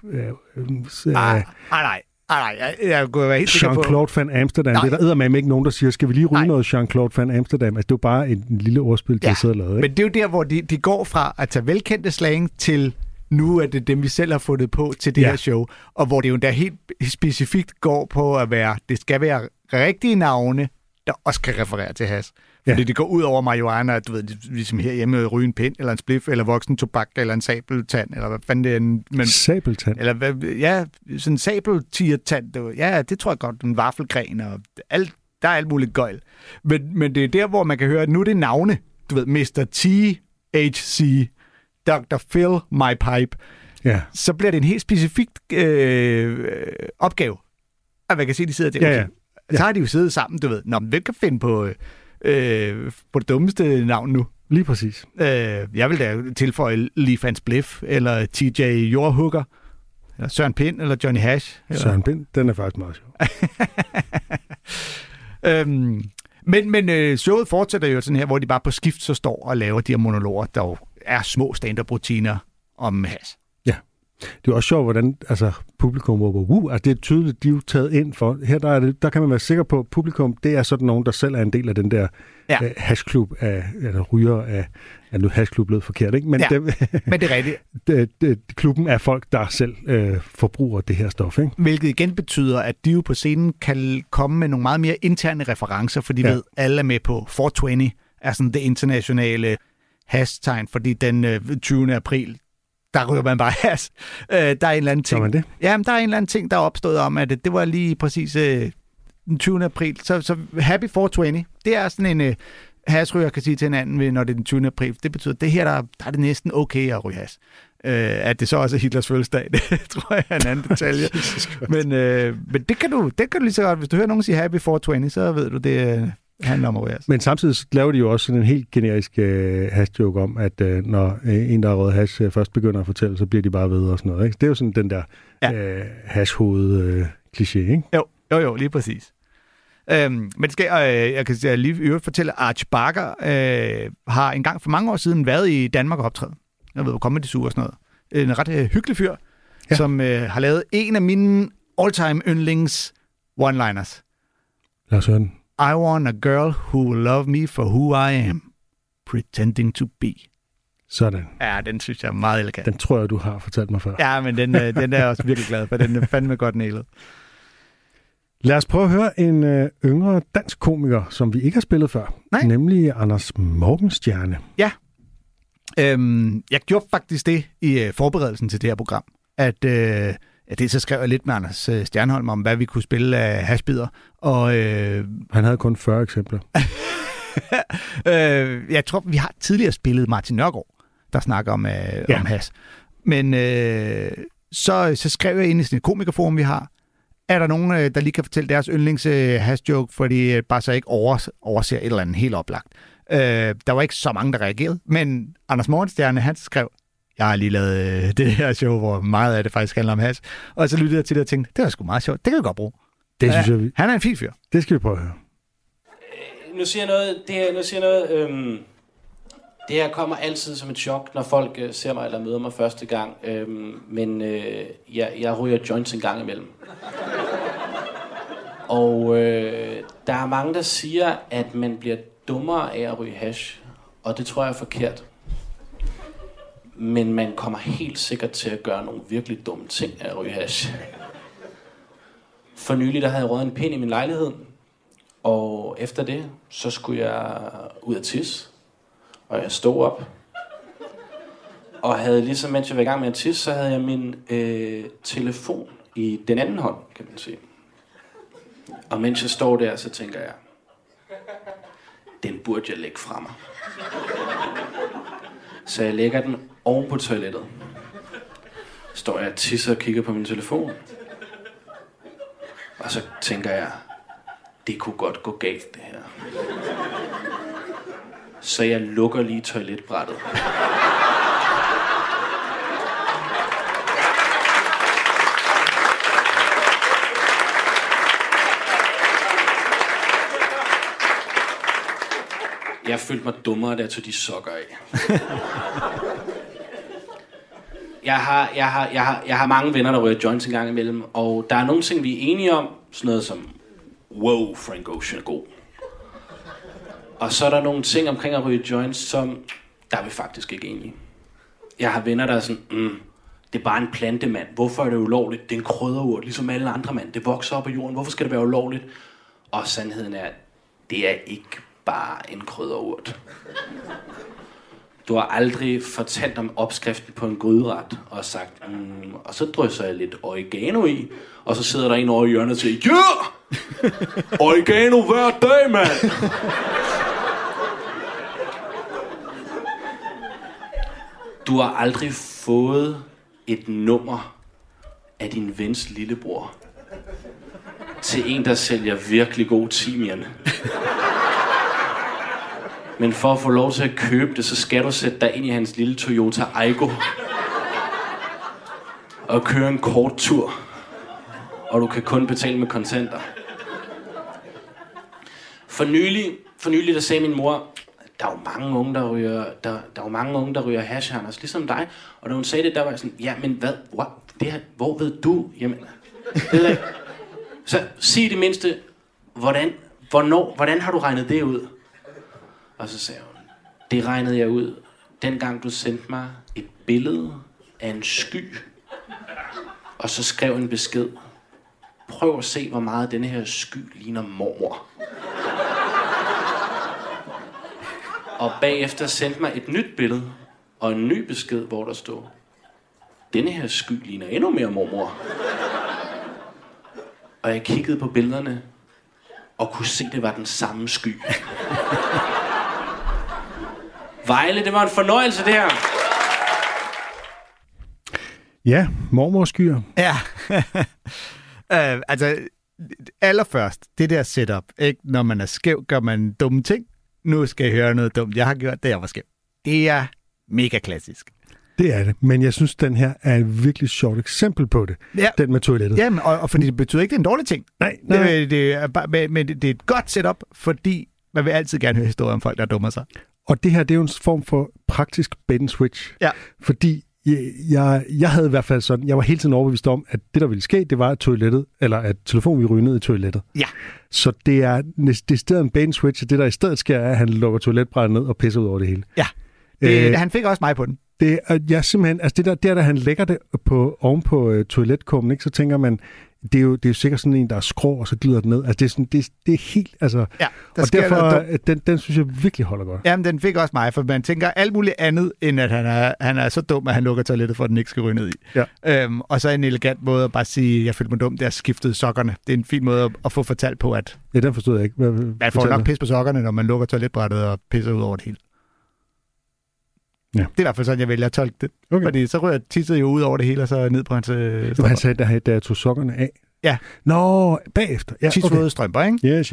Nej, jeg kunne være helt sikker på... Jean-Claude Van Amsterdam. Nej. Det er der eddermame ikke nogen, der siger, skal vi lige ryge noget Jean-Claude Van Amsterdam? Altså, det er jo bare en lille ordspil, de har siddet og lavet. Men det er jo der, hvor de går fra at tage velkendte slang til nu er det dem, vi selv har fundet på til det her show. Og hvor det jo der helt specifikt går på at være, det skal være rigtige navne, der også kan referere til hash. Fordi det går ud over marihuana, du ved, ligesom herhjemme ryge en pind, eller en spliff, eller voksen tobak, eller en sabeltand, eller hvad fanden det er. Sabeltand? Eller sådan en sabeltiertand. Ja, det tror jeg godt, en vaffelgren, og der er alt muligt gøjl. Men det er der, hvor man kan høre, at nu er det navne. Du ved, Mr. THC, Dr. Phil, My Pipe. Ja. Så bliver det en helt specifik opgave. Og man kan se, de sidder der. Ja. Så har de jo siddet sammen, du ved. Nå, men hvem kan finde på det dummeste navn nu? Lige præcis. Jeg vil da tilføje Leaf and Spliff, eller TJ Jordhugger, eller Søren Pind, eller Johnny Hash. Eller... Søren Pind, den er faktisk meget sjov. Men showet fortsætter jo sådan her, hvor de bare på skift så står og laver de her monologer, der jo er små stand-up-rutiner om hash. Ja. Det er også sjovt, hvordan publikum råber, altså det er tydeligt, de er jo taget ind for. Her der kan man være sikker på, at publikum, det er sådan nogen, der selv er en del af den der hashklub eller ryger af nu hashklub lød forkert, ikke? Men, men det er rigtigt. Klubben er folk, der selv forbruger det her stof, ikke? Hvilket igen betyder, at de jo på scenen kan komme med nogle meget mere interne referencer, for de ved, alle er med på 420, er sådan det internationale hash-tegn, fordi den 20. april, der ryger man bare hash. Der er en eller anden ting. Det? Jamen, der er en eller anden ting, der er opstået om, at det var lige præcis den 20. april. Så Happy 420, det er sådan en hashryger kan sige til hinanden, når det er den 20. april. Det betyder, at det her, der er det næsten okay at ryge hash. At det så også er Hitlers fødselsdag, det tror jeg er en anden detalje. Men det kan du lige så godt, hvis du hører nogen sige Happy 420, så ved du, det handler om at ryge. Men samtidig laver de jo også sådan en helt generisk hash-joke om, at når en, der har røget hash, først begynder at fortælle, så bliver de bare ved og sådan noget. Ikke? Det er jo sådan den der hash-hoved-kliché, ikke? Jo, lige præcis. Men det skal, jeg kan lige i øvrigt fortælle, at Arch Barker har engang for mange år siden været i Danmark og optræde. Jeg ved, hvor Comedy Zoo og sådan noget. En ret hyggelig fyr, som har lavet en af mine all-time yndlings one-liners. Lad os høre den. I want a girl who will love me for who I am, pretending to be. Sådan. Ja, den synes jeg er meget elegant. Den tror jeg, du har fortalt mig før. Ja, men den er jeg også virkelig glad for. Den er fandme godt nailet. Lad os prøve at høre en yngre dansk komiker, som vi ikke har spillet før. Nej. Nemlig Anders Morgenstjerne. Ja. Jeg gjorde faktisk det i forberedelsen til det her program, at det så skrev jeg lidt med Anders Stjernholm om, hvad vi kunne spille af hashbider. Og han havde kun 40 eksempler. Jeg tror, vi har tidligere spillet Martin Nørgaard, der snakker om hash. Men så skrev jeg ind i sådan et komikerforum, vi har. Er der nogen, der lige kan fortælle deres yndlings hash-joke, fordi bare så ikke overser et eller andet helt oplagt. Der var ikke så mange, der reagerede, men Anders Morgenstjerne, han skrev, jeg har lige lavet det her show, hvor meget af det faktisk handler om hash. Og så lyttede jeg til det og tænkte, det var sgu meget sjovt, det kan vi godt bruge. Det synes jeg, han er en fin fyr. Det skal vi prøve at høre. Nu siger jeg noget, det her kommer altid som et chok, når folk ser mig eller møder mig første gang. Men jeg ryger joints en gang imellem. Og der er mange, der siger, at man bliver dummere af at ryge hash. Og det tror jeg er forkert. Men man kommer helt sikkert til at gøre nogle virkelig dumme ting af at ryge hash. For nylig der havde jeg røget en pind i min lejlighed. Og efter det, så skulle jeg ud at tisse. Og jeg stod op. Og havde ligesom, mens jeg var i gang med at tisse, så havde jeg min telefon i den anden hånd, kan man sige. Og mens jeg står der, så tænker jeg, den burde jeg lægge fra mig. Så jeg lægger den oven på toilettet. Står jeg og tisser og kigger på min telefon. Og så tænker jeg, det kunne godt gå galt, det her. Så jeg lukker lige toiletbrættet. Jeg følte mig dummere, da jeg tog de sokker af. Jeg har mange venner, der ryger joints en gang imellem, og der er nogle ting, vi er enige om. Sådan noget som, wow, Frank Ocean er god. Og så er der nogle ting omkring at ryge joints, som der er vi faktisk ikke enige. Jeg har venner, der er sådan, det er bare en plantemand. Hvorfor er det ulovligt? Det er en krydderurt, ligesom alle andre mand. Det vokser op af jorden. Hvorfor skal det være ulovligt? Og sandheden er, det er ikke bare en krydderurt. Du har aldrig fortalt om opskriften på en gryderet og sagt, og så drysser jeg lidt oregano i, og så sidder der en over i hjørnet og siger, ja! Oregano hver dag, mand! Du har aldrig fået et nummer af din vens lillebror til en, der sælger virkelig god timian. Men for at få lov til at købe det, så skal du sætte dig ind i hans lille Toyota Aygo og køre en kort tur. Og du kan kun betale med kontanter. For nylig der sagde min mor, der er jo mange unge, der ryger hash, Anders, ligesom dig. Og da hun sagde det, der var jeg sådan, ja, men hvad? Hvor ved du? Jamen, så sig det mindste, hvordan har du regnet det ud? Og så sagde hun, det regnede jeg ud, dengang du sendte mig et billede af en sky, og så skrev en besked. Prøv at se, hvor meget denne her sky ligner mormor. Og bagefter sendte mig et nyt billede og en ny besked, hvor der stod, denne her sky ligner endnu mere mormor. Og jeg kiggede på billederne og kunne se, det var den samme sky. Vejle, det var en fornøjelse, det her. Ja, mormorskyer. Ja. Altså, allerførst, det der setup, ikke? Når man er skæv, gør man dumme ting. Nu skal jeg høre noget dumt, jeg har gjort, da jeg var skæv. Det er mega klassisk. Det er det, men jeg synes, den her er et virkelig sjovt eksempel på det. Ja. Den med toilettet. Jamen, og fordi det betyder ikke, det er en dårlig ting. Nej. Men det er et godt setup, fordi man vil altid gerne høre historier om folk, der dummer sig. Og det her, det er jo en form for praktisk bait and switch. Ja. Fordi jeg havde i hvert fald sådan, jeg var hele tiden overbevist om, at det, der ville ske, det var toilettet, eller at telefonen ville ryge ned i toilettet. Ja. Så det er stedet en bait and switch, og det, der i stedet sker, er, at han lukker toiletbrættet ned og pisser ud over det hele. Ja. Han fik også mig på den. Ja, simpelthen, altså det der han lægger det oven på toiletkummen, ikke, så tænker man, det er jo sikkert sådan en, der er skrå, og så glider den ned. Altså, det er, sådan, det er helt, altså... Ja, og derfor, den synes jeg virkelig holder godt. Jamen, den fik også mig, for man tænker alt muligt andet, end at han er så dum, at han lukker toilettet, for at den ikke skal ryge ned i. Ja. Og så en elegant måde at bare sige, jeg følte mig dum, der skiftede sokkerne. Det er en fin måde at få fortalt på, at... Ja, den forstod jeg ikke. Man får nok pis på sokkerne, når man lukker toiletbrættet og pisser ud over det hele. Ja. Det er i hvert fald sådan, jeg vælger at tolke det. Okay. Fordi så rører tisset jo ud over det hele, og så ned på hans strømper. Han sagde, da jeg tog sokkerne af. Ja. Nå, bagefter. Ja, tidsvåde strømper, ikke? Yes.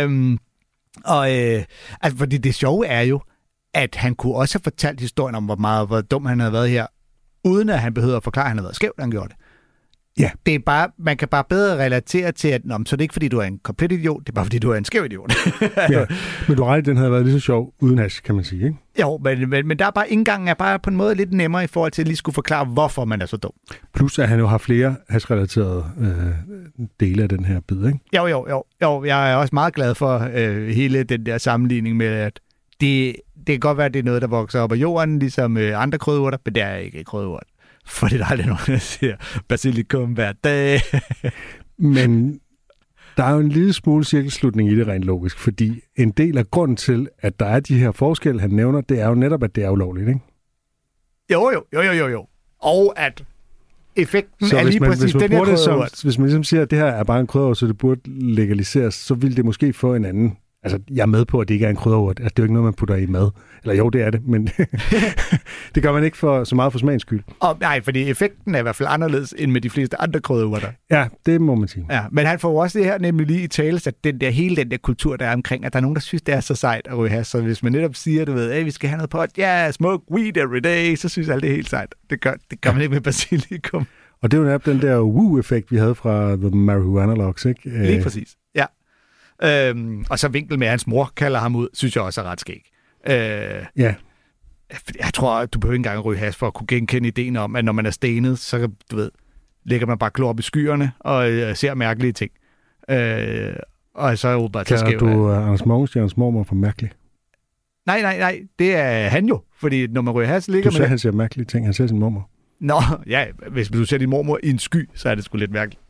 Altså, fordi det sjove er jo, at han kunne også have fortalt historien om, hvor dum han havde været her, uden at han behøvede at forklare, at han havde været skæv, da han gjorde det. Ja. Det er bare, man kan bare bedre relatere til, at så er det ikke, fordi du er en komplet idiot, det er bare, fordi du er en skæv idiot. Ja, men du ret, den havde været lige så sjov uden hash, kan man sige, ikke? Jo, men der er bare indgangen er bare på en måde lidt nemmere i forhold til at lige skulle forklare, hvorfor man er så dum. Plus, at han jo har flere hash-relaterede dele af den her bid, ikke? Jo, jeg er også meget glad for hele den der sammenligning med, at det kan godt være, at det er noget, der vokser op af jorden, ligesom andre krydderurter, men det er ikke krydderurt. For det er aldrig nogen, der siger basilikum hver dag. Men Der er jo en lille smule cirkelslutning i det rent logisk, fordi en del af grunden til, at der er de her forskelle, han nævner, det er jo netop, at det er ulovligt, ikke? Jo. Og at effekten så er lige præcis den her krydderurt. Hvis man ligesom siger, at det her er bare en krydderurt, så det burde legaliseres, så vil det måske få en anden... Altså, jeg er med på, at det ikke er en krydderurt. Altså, det er jo ikke noget, man putter i mad. Eller jo, det er det, men det gør man ikke for så meget for smagens skyld. Nej, fordi effekten er i hvert fald anderledes end med de fleste andre krydderurter. Ja, det må man sige. Ja, men han får også det her nemlig lige i tale, at hele den der kultur, der er omkring, at der er nogen, der synes, det er så sejt at ryge hash. Så hvis man netop siger, du ved, vi skal have noget pot, smoke weed every day, så synes alle, det er helt sejt. Det gør man ikke med basilikum. Og det er jo netop den der woo-effekt, vi havde fra The Marijuana Logs, ikke? Lige præcis, ja. Og så vinkel med, at hans mor kalder ham ud, synes jeg også er ret skæg. Ja. Jeg tror, du behøver ikke engang ryge hash for at kunne genkende ideen om, at når man er stenet, så du ved, ligger man bare klor op i skyerne og ser mærkelige ting. Og så er jo bare til skæv. Kalder du Anders Morgenstjernes mormor for mærkelig? Nej, det er han jo. Fordi når man ryger hash, ligger man... Du siger, han ser mærkelige ting. Han ser sin mormor. Nå, ja, hvis du ser din mormor i en sky, så er det sgu lidt mærkeligt.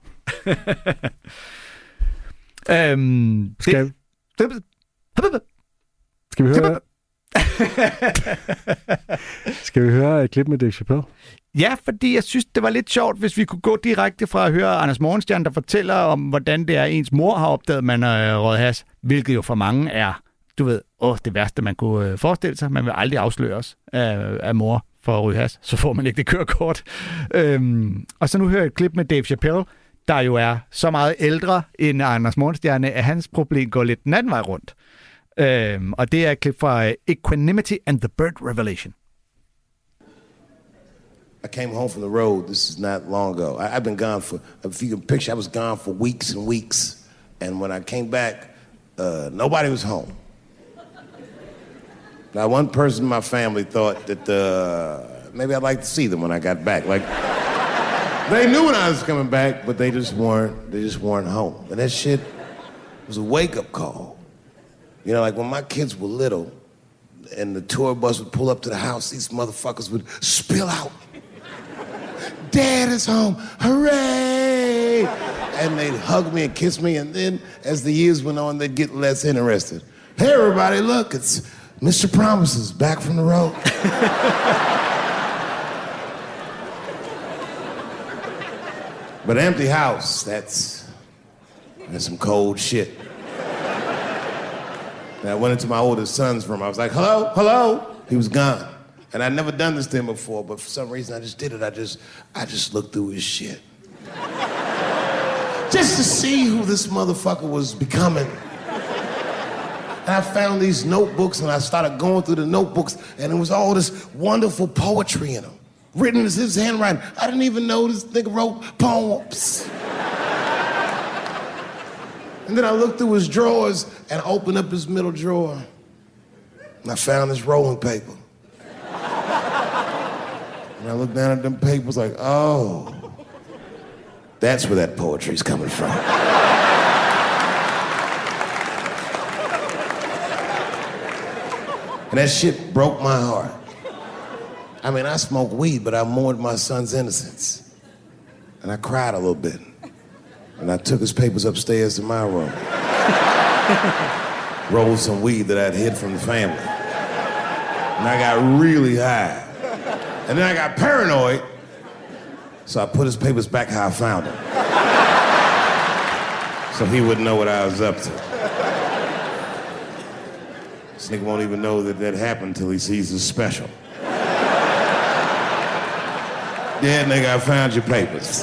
Skal vi høre... Skal vi høre et klip med Dave Chappelle? Ja, fordi jeg synes, det var lidt sjovt, hvis vi kunne gå direkte fra at høre Anders Morgenstjerne, der fortæller om, hvordan det er, ens mor har opdaget, at man har røget hash, hvilket jo for mange er, du ved, det værste, man kunne forestille sig. Man vil aldrig afsløres af mor for at ryge hash, så får man ikke det kørekort. Og så nu hører jeg et klip med Dave Chappelle, der jo er så meget ældre end Anders Morgenstjerne, at hans problem går lidt den anden vej rundt. Og det er et klip fra Equanimity and the Bird Revelation. I came home from the road. This is not long ago. I've been gone for, if you can picture, I was gone for weeks and weeks. And when I came back, nobody was home. Now, one person in my family thought that maybe I'd like to see them when I got back. Like, they knew when I was coming back, but they just weren't home. And that shit was a wake-up call. You know, like when my kids were little and the tour bus would pull up to the house, these motherfuckers would spill out. Dad is home, hooray! And they'd hug me and kiss me, and then as the years went on, they'd get less interested. Hey everybody, look, it's Mr. Promises back from the road. But empty house, that's some cold shit. And I went into my oldest son's room. I was like, hello? He was gone. And I'd never done this to him before, but for some reason I just did it. I just looked through his shit. Just to see who this motherfucker was becoming. And I found these notebooks and I started going through the notebooks and there was all this wonderful poetry in them. Written in his handwriting. I didn't even know this nigga wrote poems. And then I looked through his drawers and opened up his middle drawer. And I found this rolling paper. And I looked down at them papers like, oh, that's where that poetry's coming from. And that shit broke my heart. I mean, I smoked weed, but I mourned my son's innocence. And I cried a little bit. And I took his papers upstairs to my room. Rolled some weed that I'd hid from the family. And I got really high. And then I got paranoid. So I put his papers back how I found them. So he wouldn't know what I was up to. This nigga won't even know that happened until he sees the special. Yeah, nigga, I found your papers.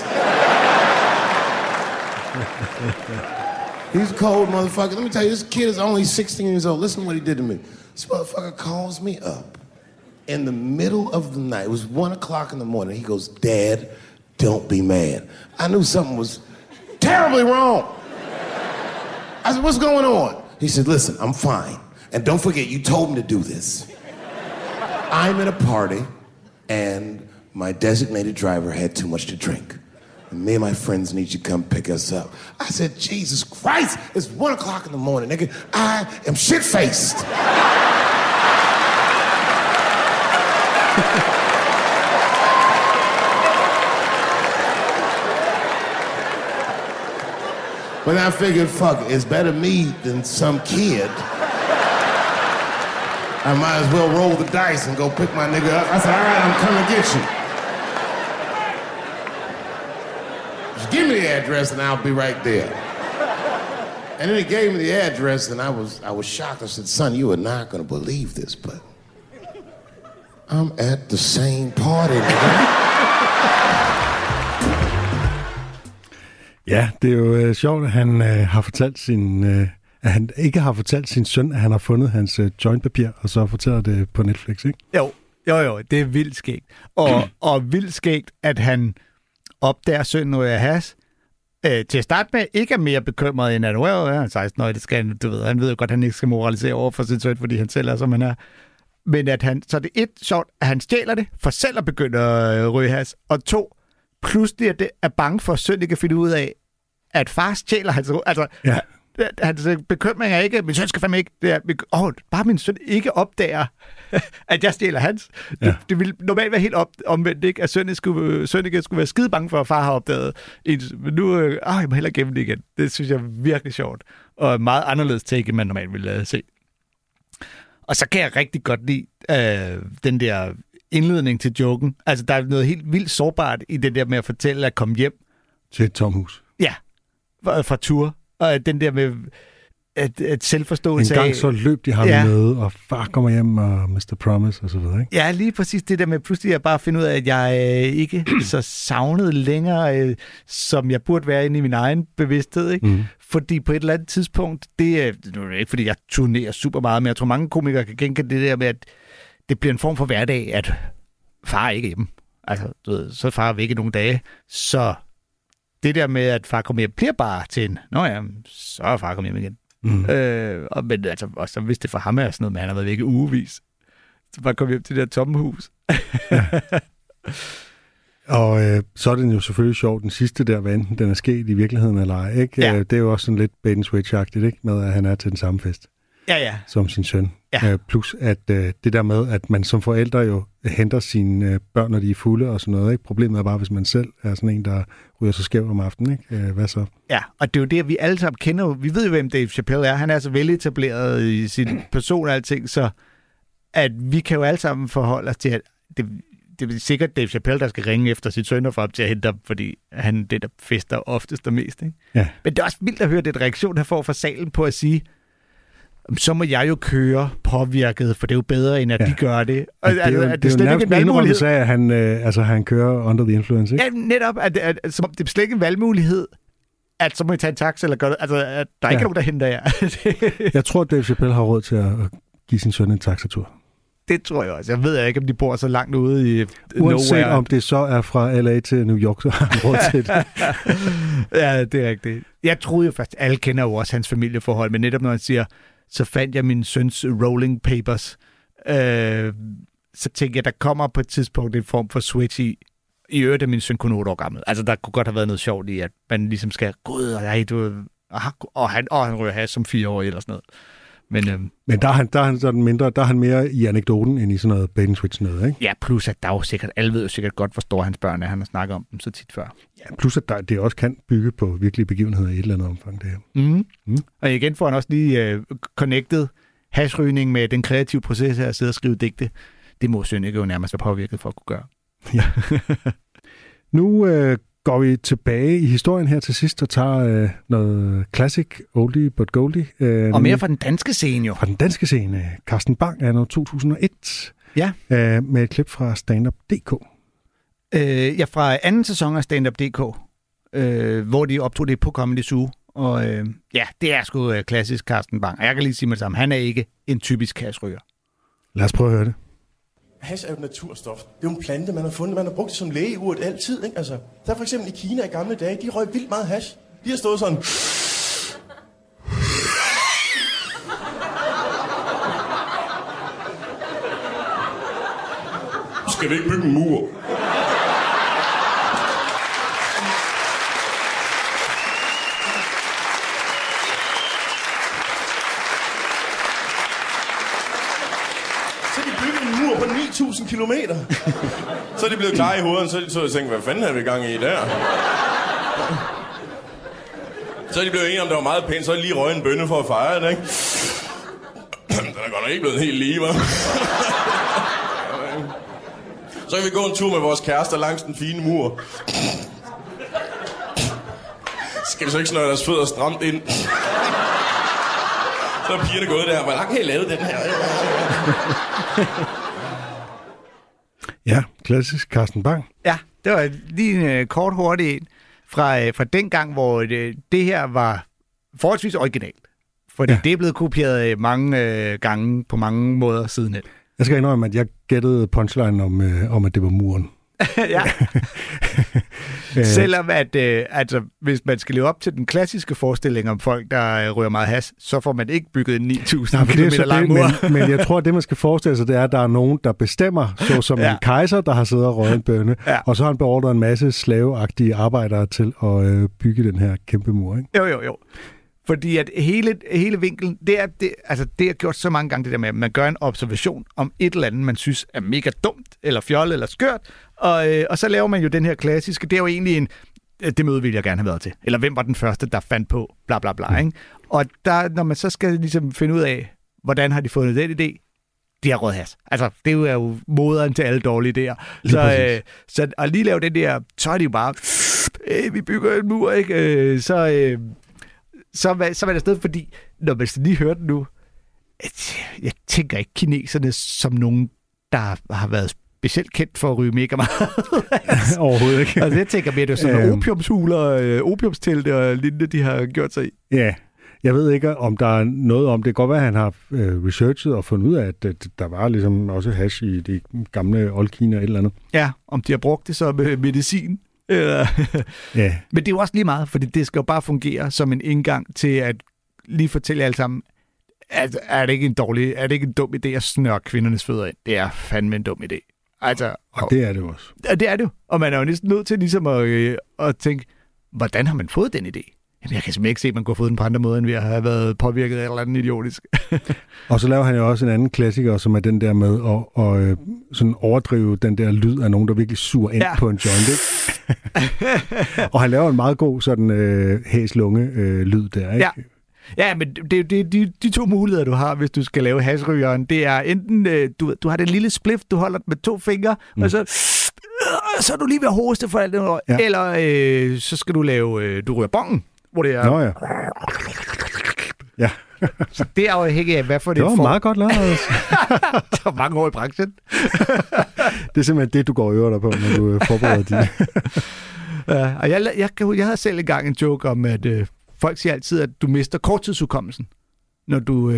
He's a cold motherfucker. Let me tell you, this kid is only 16 years old. Listen to what he did to me. This motherfucker calls me up in the middle of the night. It was 1 o'clock in the morning. He goes, Dad, don't be mad. I knew something was terribly wrong. I said, what's going on? He said, listen, I'm fine. And don't forget, you told me to do this. I'm at a party, and my designated driver had too much to drink. And me and my friends need you to come pick us up. I said, Jesus Christ, it's 1 o'clock in the morning, nigga. I am shit-faced. But I figured, fuck, it's better me than some kid. I might as well roll the dice and go pick my nigga up. I said, all right, I'm coming to get you. Just give me the address and I'll be right there. And then he gave me the address and I was shocked. I said, son, you are not going to believe this, but I'm at the same party, nigga. Ja, det er jo sjovt, at han har fortalt at han ikke har fortalt sin søn, at han har fundet hans jointpapir, og så fortæller det på Netflix, ikke? Jo, det er vildt skægt. Og vildt skægt, at han opdager sønnen ud af hash. Til at starte med, ikke er mere bekymret end at, han er 16 år, det skal han, du ved, han ved jo godt, at han ikke skal moralisere over for sin søn, fordi han selv er, som han er. Men at så det er sjovt, at han stjæler det, for selv at begynde at ryge hash, og 2, pludselig er bange for, at søn ikke kan finde ud af, at far stjæler hans... Altså, ja. Hans bekymring er ikke, min søn skal fandme ikke... bare min søn ikke opdager, at jeg stjæler hans. Ja. Det ville normalt være helt omvendt, ikke? At søn ikke skulle være skide bange for, at far har opdaget. Men nu... jeg må hellere gemme det igen. Det synes jeg er virkelig sjovt. Og meget anderledes take, end man normalt ville se. Og så kan jeg rigtig godt lide den der indledning til joken. Altså, der er noget helt vildt sårbart i det der med at fortælle at komme hjem. Til et tomhus. Ja, fra tur. Og den der med at selvforståelse af... En gang så løb de ham med, og far kommer hjem, og Mr. Promise, og så videre, ikke? Ja, lige præcis det der med pludselig at bare finde ud af, at jeg ikke så savnet længere, som jeg burde være inde i min egen bevidsthed, ikke? Mm. Fordi på et eller andet tidspunkt, det er ikke fordi, jeg turnerer super meget, men jeg tror, mange komikere kan genkende det der med, at det bliver en form for hverdag, at far er ikke hjemme. Altså, du ved, så er far væk i nogle dage, så... Det der med, at far kommer hjem, bliver bare til en... Så er far kommet hjem igen. Mm. Men altså, og så hvis det for ham er sådan noget, med han har været væk i ugevis. Så bare komme hjem til det der tomme hus. Ja. Og så er det jo selvfølgelig sjovt, den sidste der, hvad enten den er sket i virkeligheden eller ej, ikke? Ja. Det er jo også sådan lidt bait and switch-agtigt, ikke? Med at han er til den samme fest. Ja. Som sin søn. Ja. Plus at det der med, at man som forældre jo henter sine børn, når de er fulde og sådan noget, ikke? Problemet er bare, hvis man selv er sådan en, der ryger så skævt om aftenen, ikke? Hvad så? Ja, og det er jo det, vi alle sammen kender. Vi ved jo, hvem Dave Chappelle er. Han er så veletableret i sin person og alting, så at vi kan jo alle sammen forholde os til, at det er sikkert Dave Chappelle, der skal ringe efter sit søn for op til at hente ham, fordi han det der fester oftest og mest, ikke? Ja. Men det er også vildt at høre den reaktion, han får fra salen på at sige, så må jeg jo køre påvirket, for det er jo bedre, end at de gør det. Og, det er jo slet ikke en valgmulighed. At han kører under the influence, ikke? Ja, netop. At som det er slet ikke en valgmulighed, at så må I tage en taxa eller gøre det. Altså, at der er ikke nogen, der henter jer. Jeg tror, at Dave Chappelle har råd til at give sin søn en taxatur. Det tror jeg også. Jeg ved ikke, om de bor så langt ude i uanset nowhere. Om det så er fra LA til New York, så har han råd til det. Ja, det er rigtigt. Jeg troede jo først, alle kender jo også hans familieforhold, men netop når han siger, så fandt jeg min søns rolling papers. Så tænkte jeg, der kommer på et tidspunkt en form for switch i øvrigt af min søn kun 8 år gammel. Altså, der kunne godt have været noget sjovt i, at man ligesom skal, han ryger hash som 4-årig eller sådan noget. Men der er han sådan mindre, der er han mere i anekdoten, end i sådan noget bait and switch noget, ikke? Ja, plus at der jo sikkert, alle ved jo sikkert godt, hvor store hans børn er, han har snakket om dem så tit før. Ja, plus at det også kan bygge på virkelige begivenheder i et eller andet omfang, det her. Og igen får han også lige connected hashrygning med den kreative proces af at sidde og skrive digte. Det må Søn ikke jo nærmest være påvirket for at kunne gøre. Ja. Nu går vi tilbage i historien her til sidst og tager noget classic, oldie but goldie. Og mere fra den danske scene jo. Fra den danske scene. Carsten Bang er noget 2001. Ja. Med et klip fra Stand-Up.dk. Fra anden sæson af Stand-Up.dk, hvor de optog det på Comedy Zoo. Og det er sgu klassisk Carsten Bang. Og jeg kan lige sige med det samme, han er ikke en typisk hashryger. Lad os prøve at høre det. Hash er jo et naturstof. Det er jo en plante, man har fundet. Man har brugt det som lægeurt altid, ikke? Altså, der er for eksempel i Kina i gamle dage, de røg vildt meget hash. De har stået sådan... Skal vi ikke bygge en mur? Så de bygget en mur på 9.000 kilometer. Så er de blevet klar i hovedet, så jeg tænkte, hvad fanden er vi gang i der? Så er de blevet enige om, det var meget pænt, så er de lige røget en bønne for at fejre det, ikke? Den er godt nok ikke blevet helt lige, hva'? Så kan vi gå en tur med vores kærester langs den fine mur. Skal vi så ikke snøre deres fødder stramt ind? Så er pigerne gået der. Hvor langt har I lavet den her? Ja, klassisk Carsten Bang. Ja, det var lige en kort hurtig en fra den gang, hvor det her var forholdsvis originalt. Fordi det er blevet kopieret mange gange på mange måder sidenhen. Jeg skal indrømme, at jeg gættede punchline om at det var muren. Ja. Selvom at altså, hvis man skal leve op til den klassiske forestilling om folk, der ryger meget hash, så får man ikke bygget en 9.000 km lang mur. Men jeg tror, at det, man skal forestille sig, det er, at der er nogen, der bestemmer, såsom en kejser, der har siddet og røget en bønne, og så har han beordret en masse slaveagtige arbejdere til at bygge den her kæmpe mur, ikke? Jo. Fordi at hele vinklen, det er gjort så mange gange, det der med, at man gør en observation om et eller andet, man synes er mega dumt, eller fjollet, eller skørt, og så laver man jo den her klassiske, det er jo egentlig det møde ville jeg gerne have været til. Eller hvem var den første, der fandt på, bla bla bla, ikke? Og der, når man så skal ligesom finde ud af, hvordan har de fundet den idé, de har røget hash. Altså, det er jo moderen til alle dårlige idéer. Så at lige lave den der, så er de jo bare, vi bygger en mur, ikke? Så var det sted, fordi når man lige hørte den nu, jeg tænker ikke kineserne som nogen, der har været specielt kendt for at ryge mega meget. Overhovedet ikke. Altså jeg tænker mere, det er sådan nogle opiumshuler, opiumstelte og lignende, de har gjort sig i. Ja, jeg ved ikke, om der er noget om det. Det kan godt være, at han har researchet og fundet ud af, at der var ligesom også hash i de gamle oldkina og et eller andet. Ja, om de har brugt det som medicin. Ja. Men det er jo også lige meget, fordi det skal jo bare fungere som en indgang til at lige fortælle jer alle sammen, at er det ikke en dum idé at snøre kvindernes fødder ind? Det er fandme en dum idé. Altså, og det er det også. Ja, det er det jo. Og man er jo næsten nødt til ligesom at tænke, hvordan har man fået den idé? Jamen, jeg kan simpelthen ikke se, at man kunne have fået den på andre måder, end vi har været påvirket af et eller andet idiotisk. Og så laver han jo også en anden klassiker, som er den der med at sådan overdrive den der lyd af nogen, der virkelig suger ind på en joint, ikke? Og han laver en meget god sådan hæs-lunge-lyd der, ikke? Ja, men det er de to muligheder, du har, hvis du skal lave hashrygeren. Det er enten, du har det lille spliff, du holder med 2 fingre, og så er du lige ved at hoste for alt det, eller så skal du lave, du ryger bongen, hvor det er... Nå ja. Ja. Så det er jo ikke af, hvad for det var meget godt lavet. Der var mange år i branchen. Det er simpelthen det, du går og øver dig på, når du forbereder dit. Ja, og jeg havde selv engang en joke om, at folk siger altid, at du mister korttidshukommelsen, når du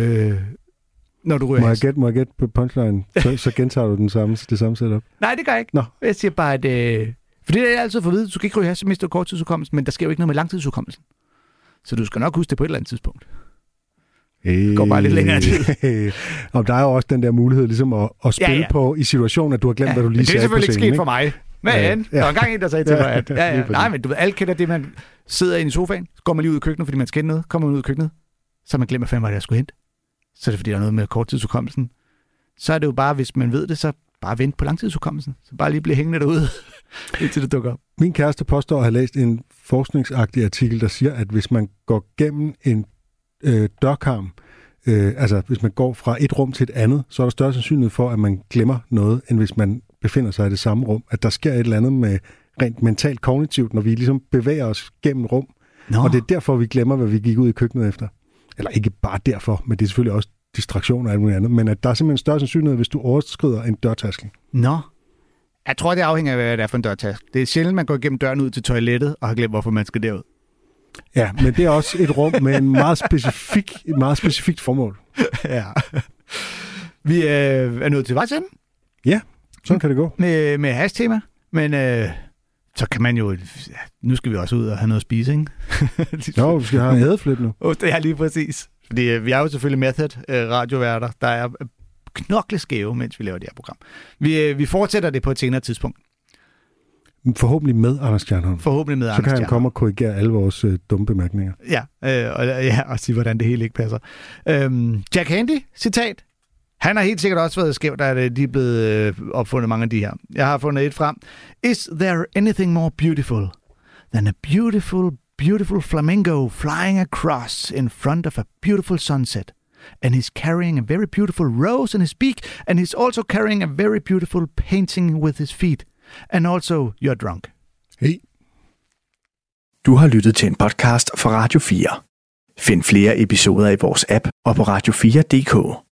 ryger. Må jeg gætte på punchline? Så gentager du det samme setup? Nej, det gør jeg ikke. Nå. Jeg siger bare, at... for det er jeg altid for at vide, du skal ikke ryge hash, så mister du korttidshukommelsen, men der sker jo ikke noget med langtidshukommelsen. Så du skal nok huske det på et eller andet tidspunkt. Det går bare lidt længere tid. Og der er jo også den der mulighed ligesom at spille på i situationen, at du har glemt, hvad du lige sagde på scenen. Det er selvfølgelig ikke sket for mig. Men der var engang en, der sagde til mig, at nej, men du ved, alle kender det, man sidder inde i sofaen, så går man lige ud i køkkenet, fordi man skal noget, kommer man ud i køkkenet, så man glemmer fandme, hvad jeg skulle hente. Så er det, fordi der er noget med korttidshukommelsen. Så er det jo bare, hvis man ved det, så bare vent på langtidshukommelsen. Så bare lige blive hængende derude, indtil det dukker op. Min kæreste påstår at have læst en forskningsagtig artikel, der siger, at hvis man går gennem en dørkarm, altså hvis man går fra et rum til et andet, så er der større sandsynlighed for, at man glemmer noget, end hvis man befinder sig i det samme rum. At der sker et eller andet med rent mentalt kognitivt, når vi ligesom bevæger os gennem rum. Nå. Og det er derfor, vi glemmer, hvad vi gik ud i køkkenet efter. Eller ikke bare derfor, men det er selvfølgelig også distraktion og alt muligt andet. Men at der er simpelthen større sandsynlighed, hvis du overskrider en dørtaskel. Nå. Jeg tror, det afhænger af, hvad det er for en dørtask. Det er sjældent, man går igennem døren ud til toilettet og har glemt, hvorfor man skal derud. Ja, men det er også et rum med en meget specifikt formål. Ja. Vi er nødt til vejs ende. Ja, sådan kan det gå. Med hash-tema. Men så kan man jo... Nu skal vi også ud og have noget at spise, ikke? Jo, vi skal have en ædeflip nu. Det er lige præcis. Fordi vi er jo selvfølgelig method radioværter, der er knokleskæve, mens vi laver det her program. Vi fortsætter det på et senere tidspunkt. Forhåbentlig med Anders Stjernholm. Forhåbentlig med Anders Stjernholm. Så kan han komme og korrigere alle vores dumme bemærkninger. Ja, og sige, hvordan det hele ikke passer. Jack Handy, citat. Han har helt sikkert også været skævt, at de er blevet opfundet mange af de her. Jeg har fundet et frem. Is there anything more beautiful than a beautiful beautiful flamingo flying across in front of a beautiful sunset. And he's carrying a very beautiful rose in his beak, and he's also carrying a very beautiful painting with his feet. And also, you're drunk. Hey. Du har lyttet til en podcast fra Radio 4. Find flere episoder i vores app og på radio4.dk.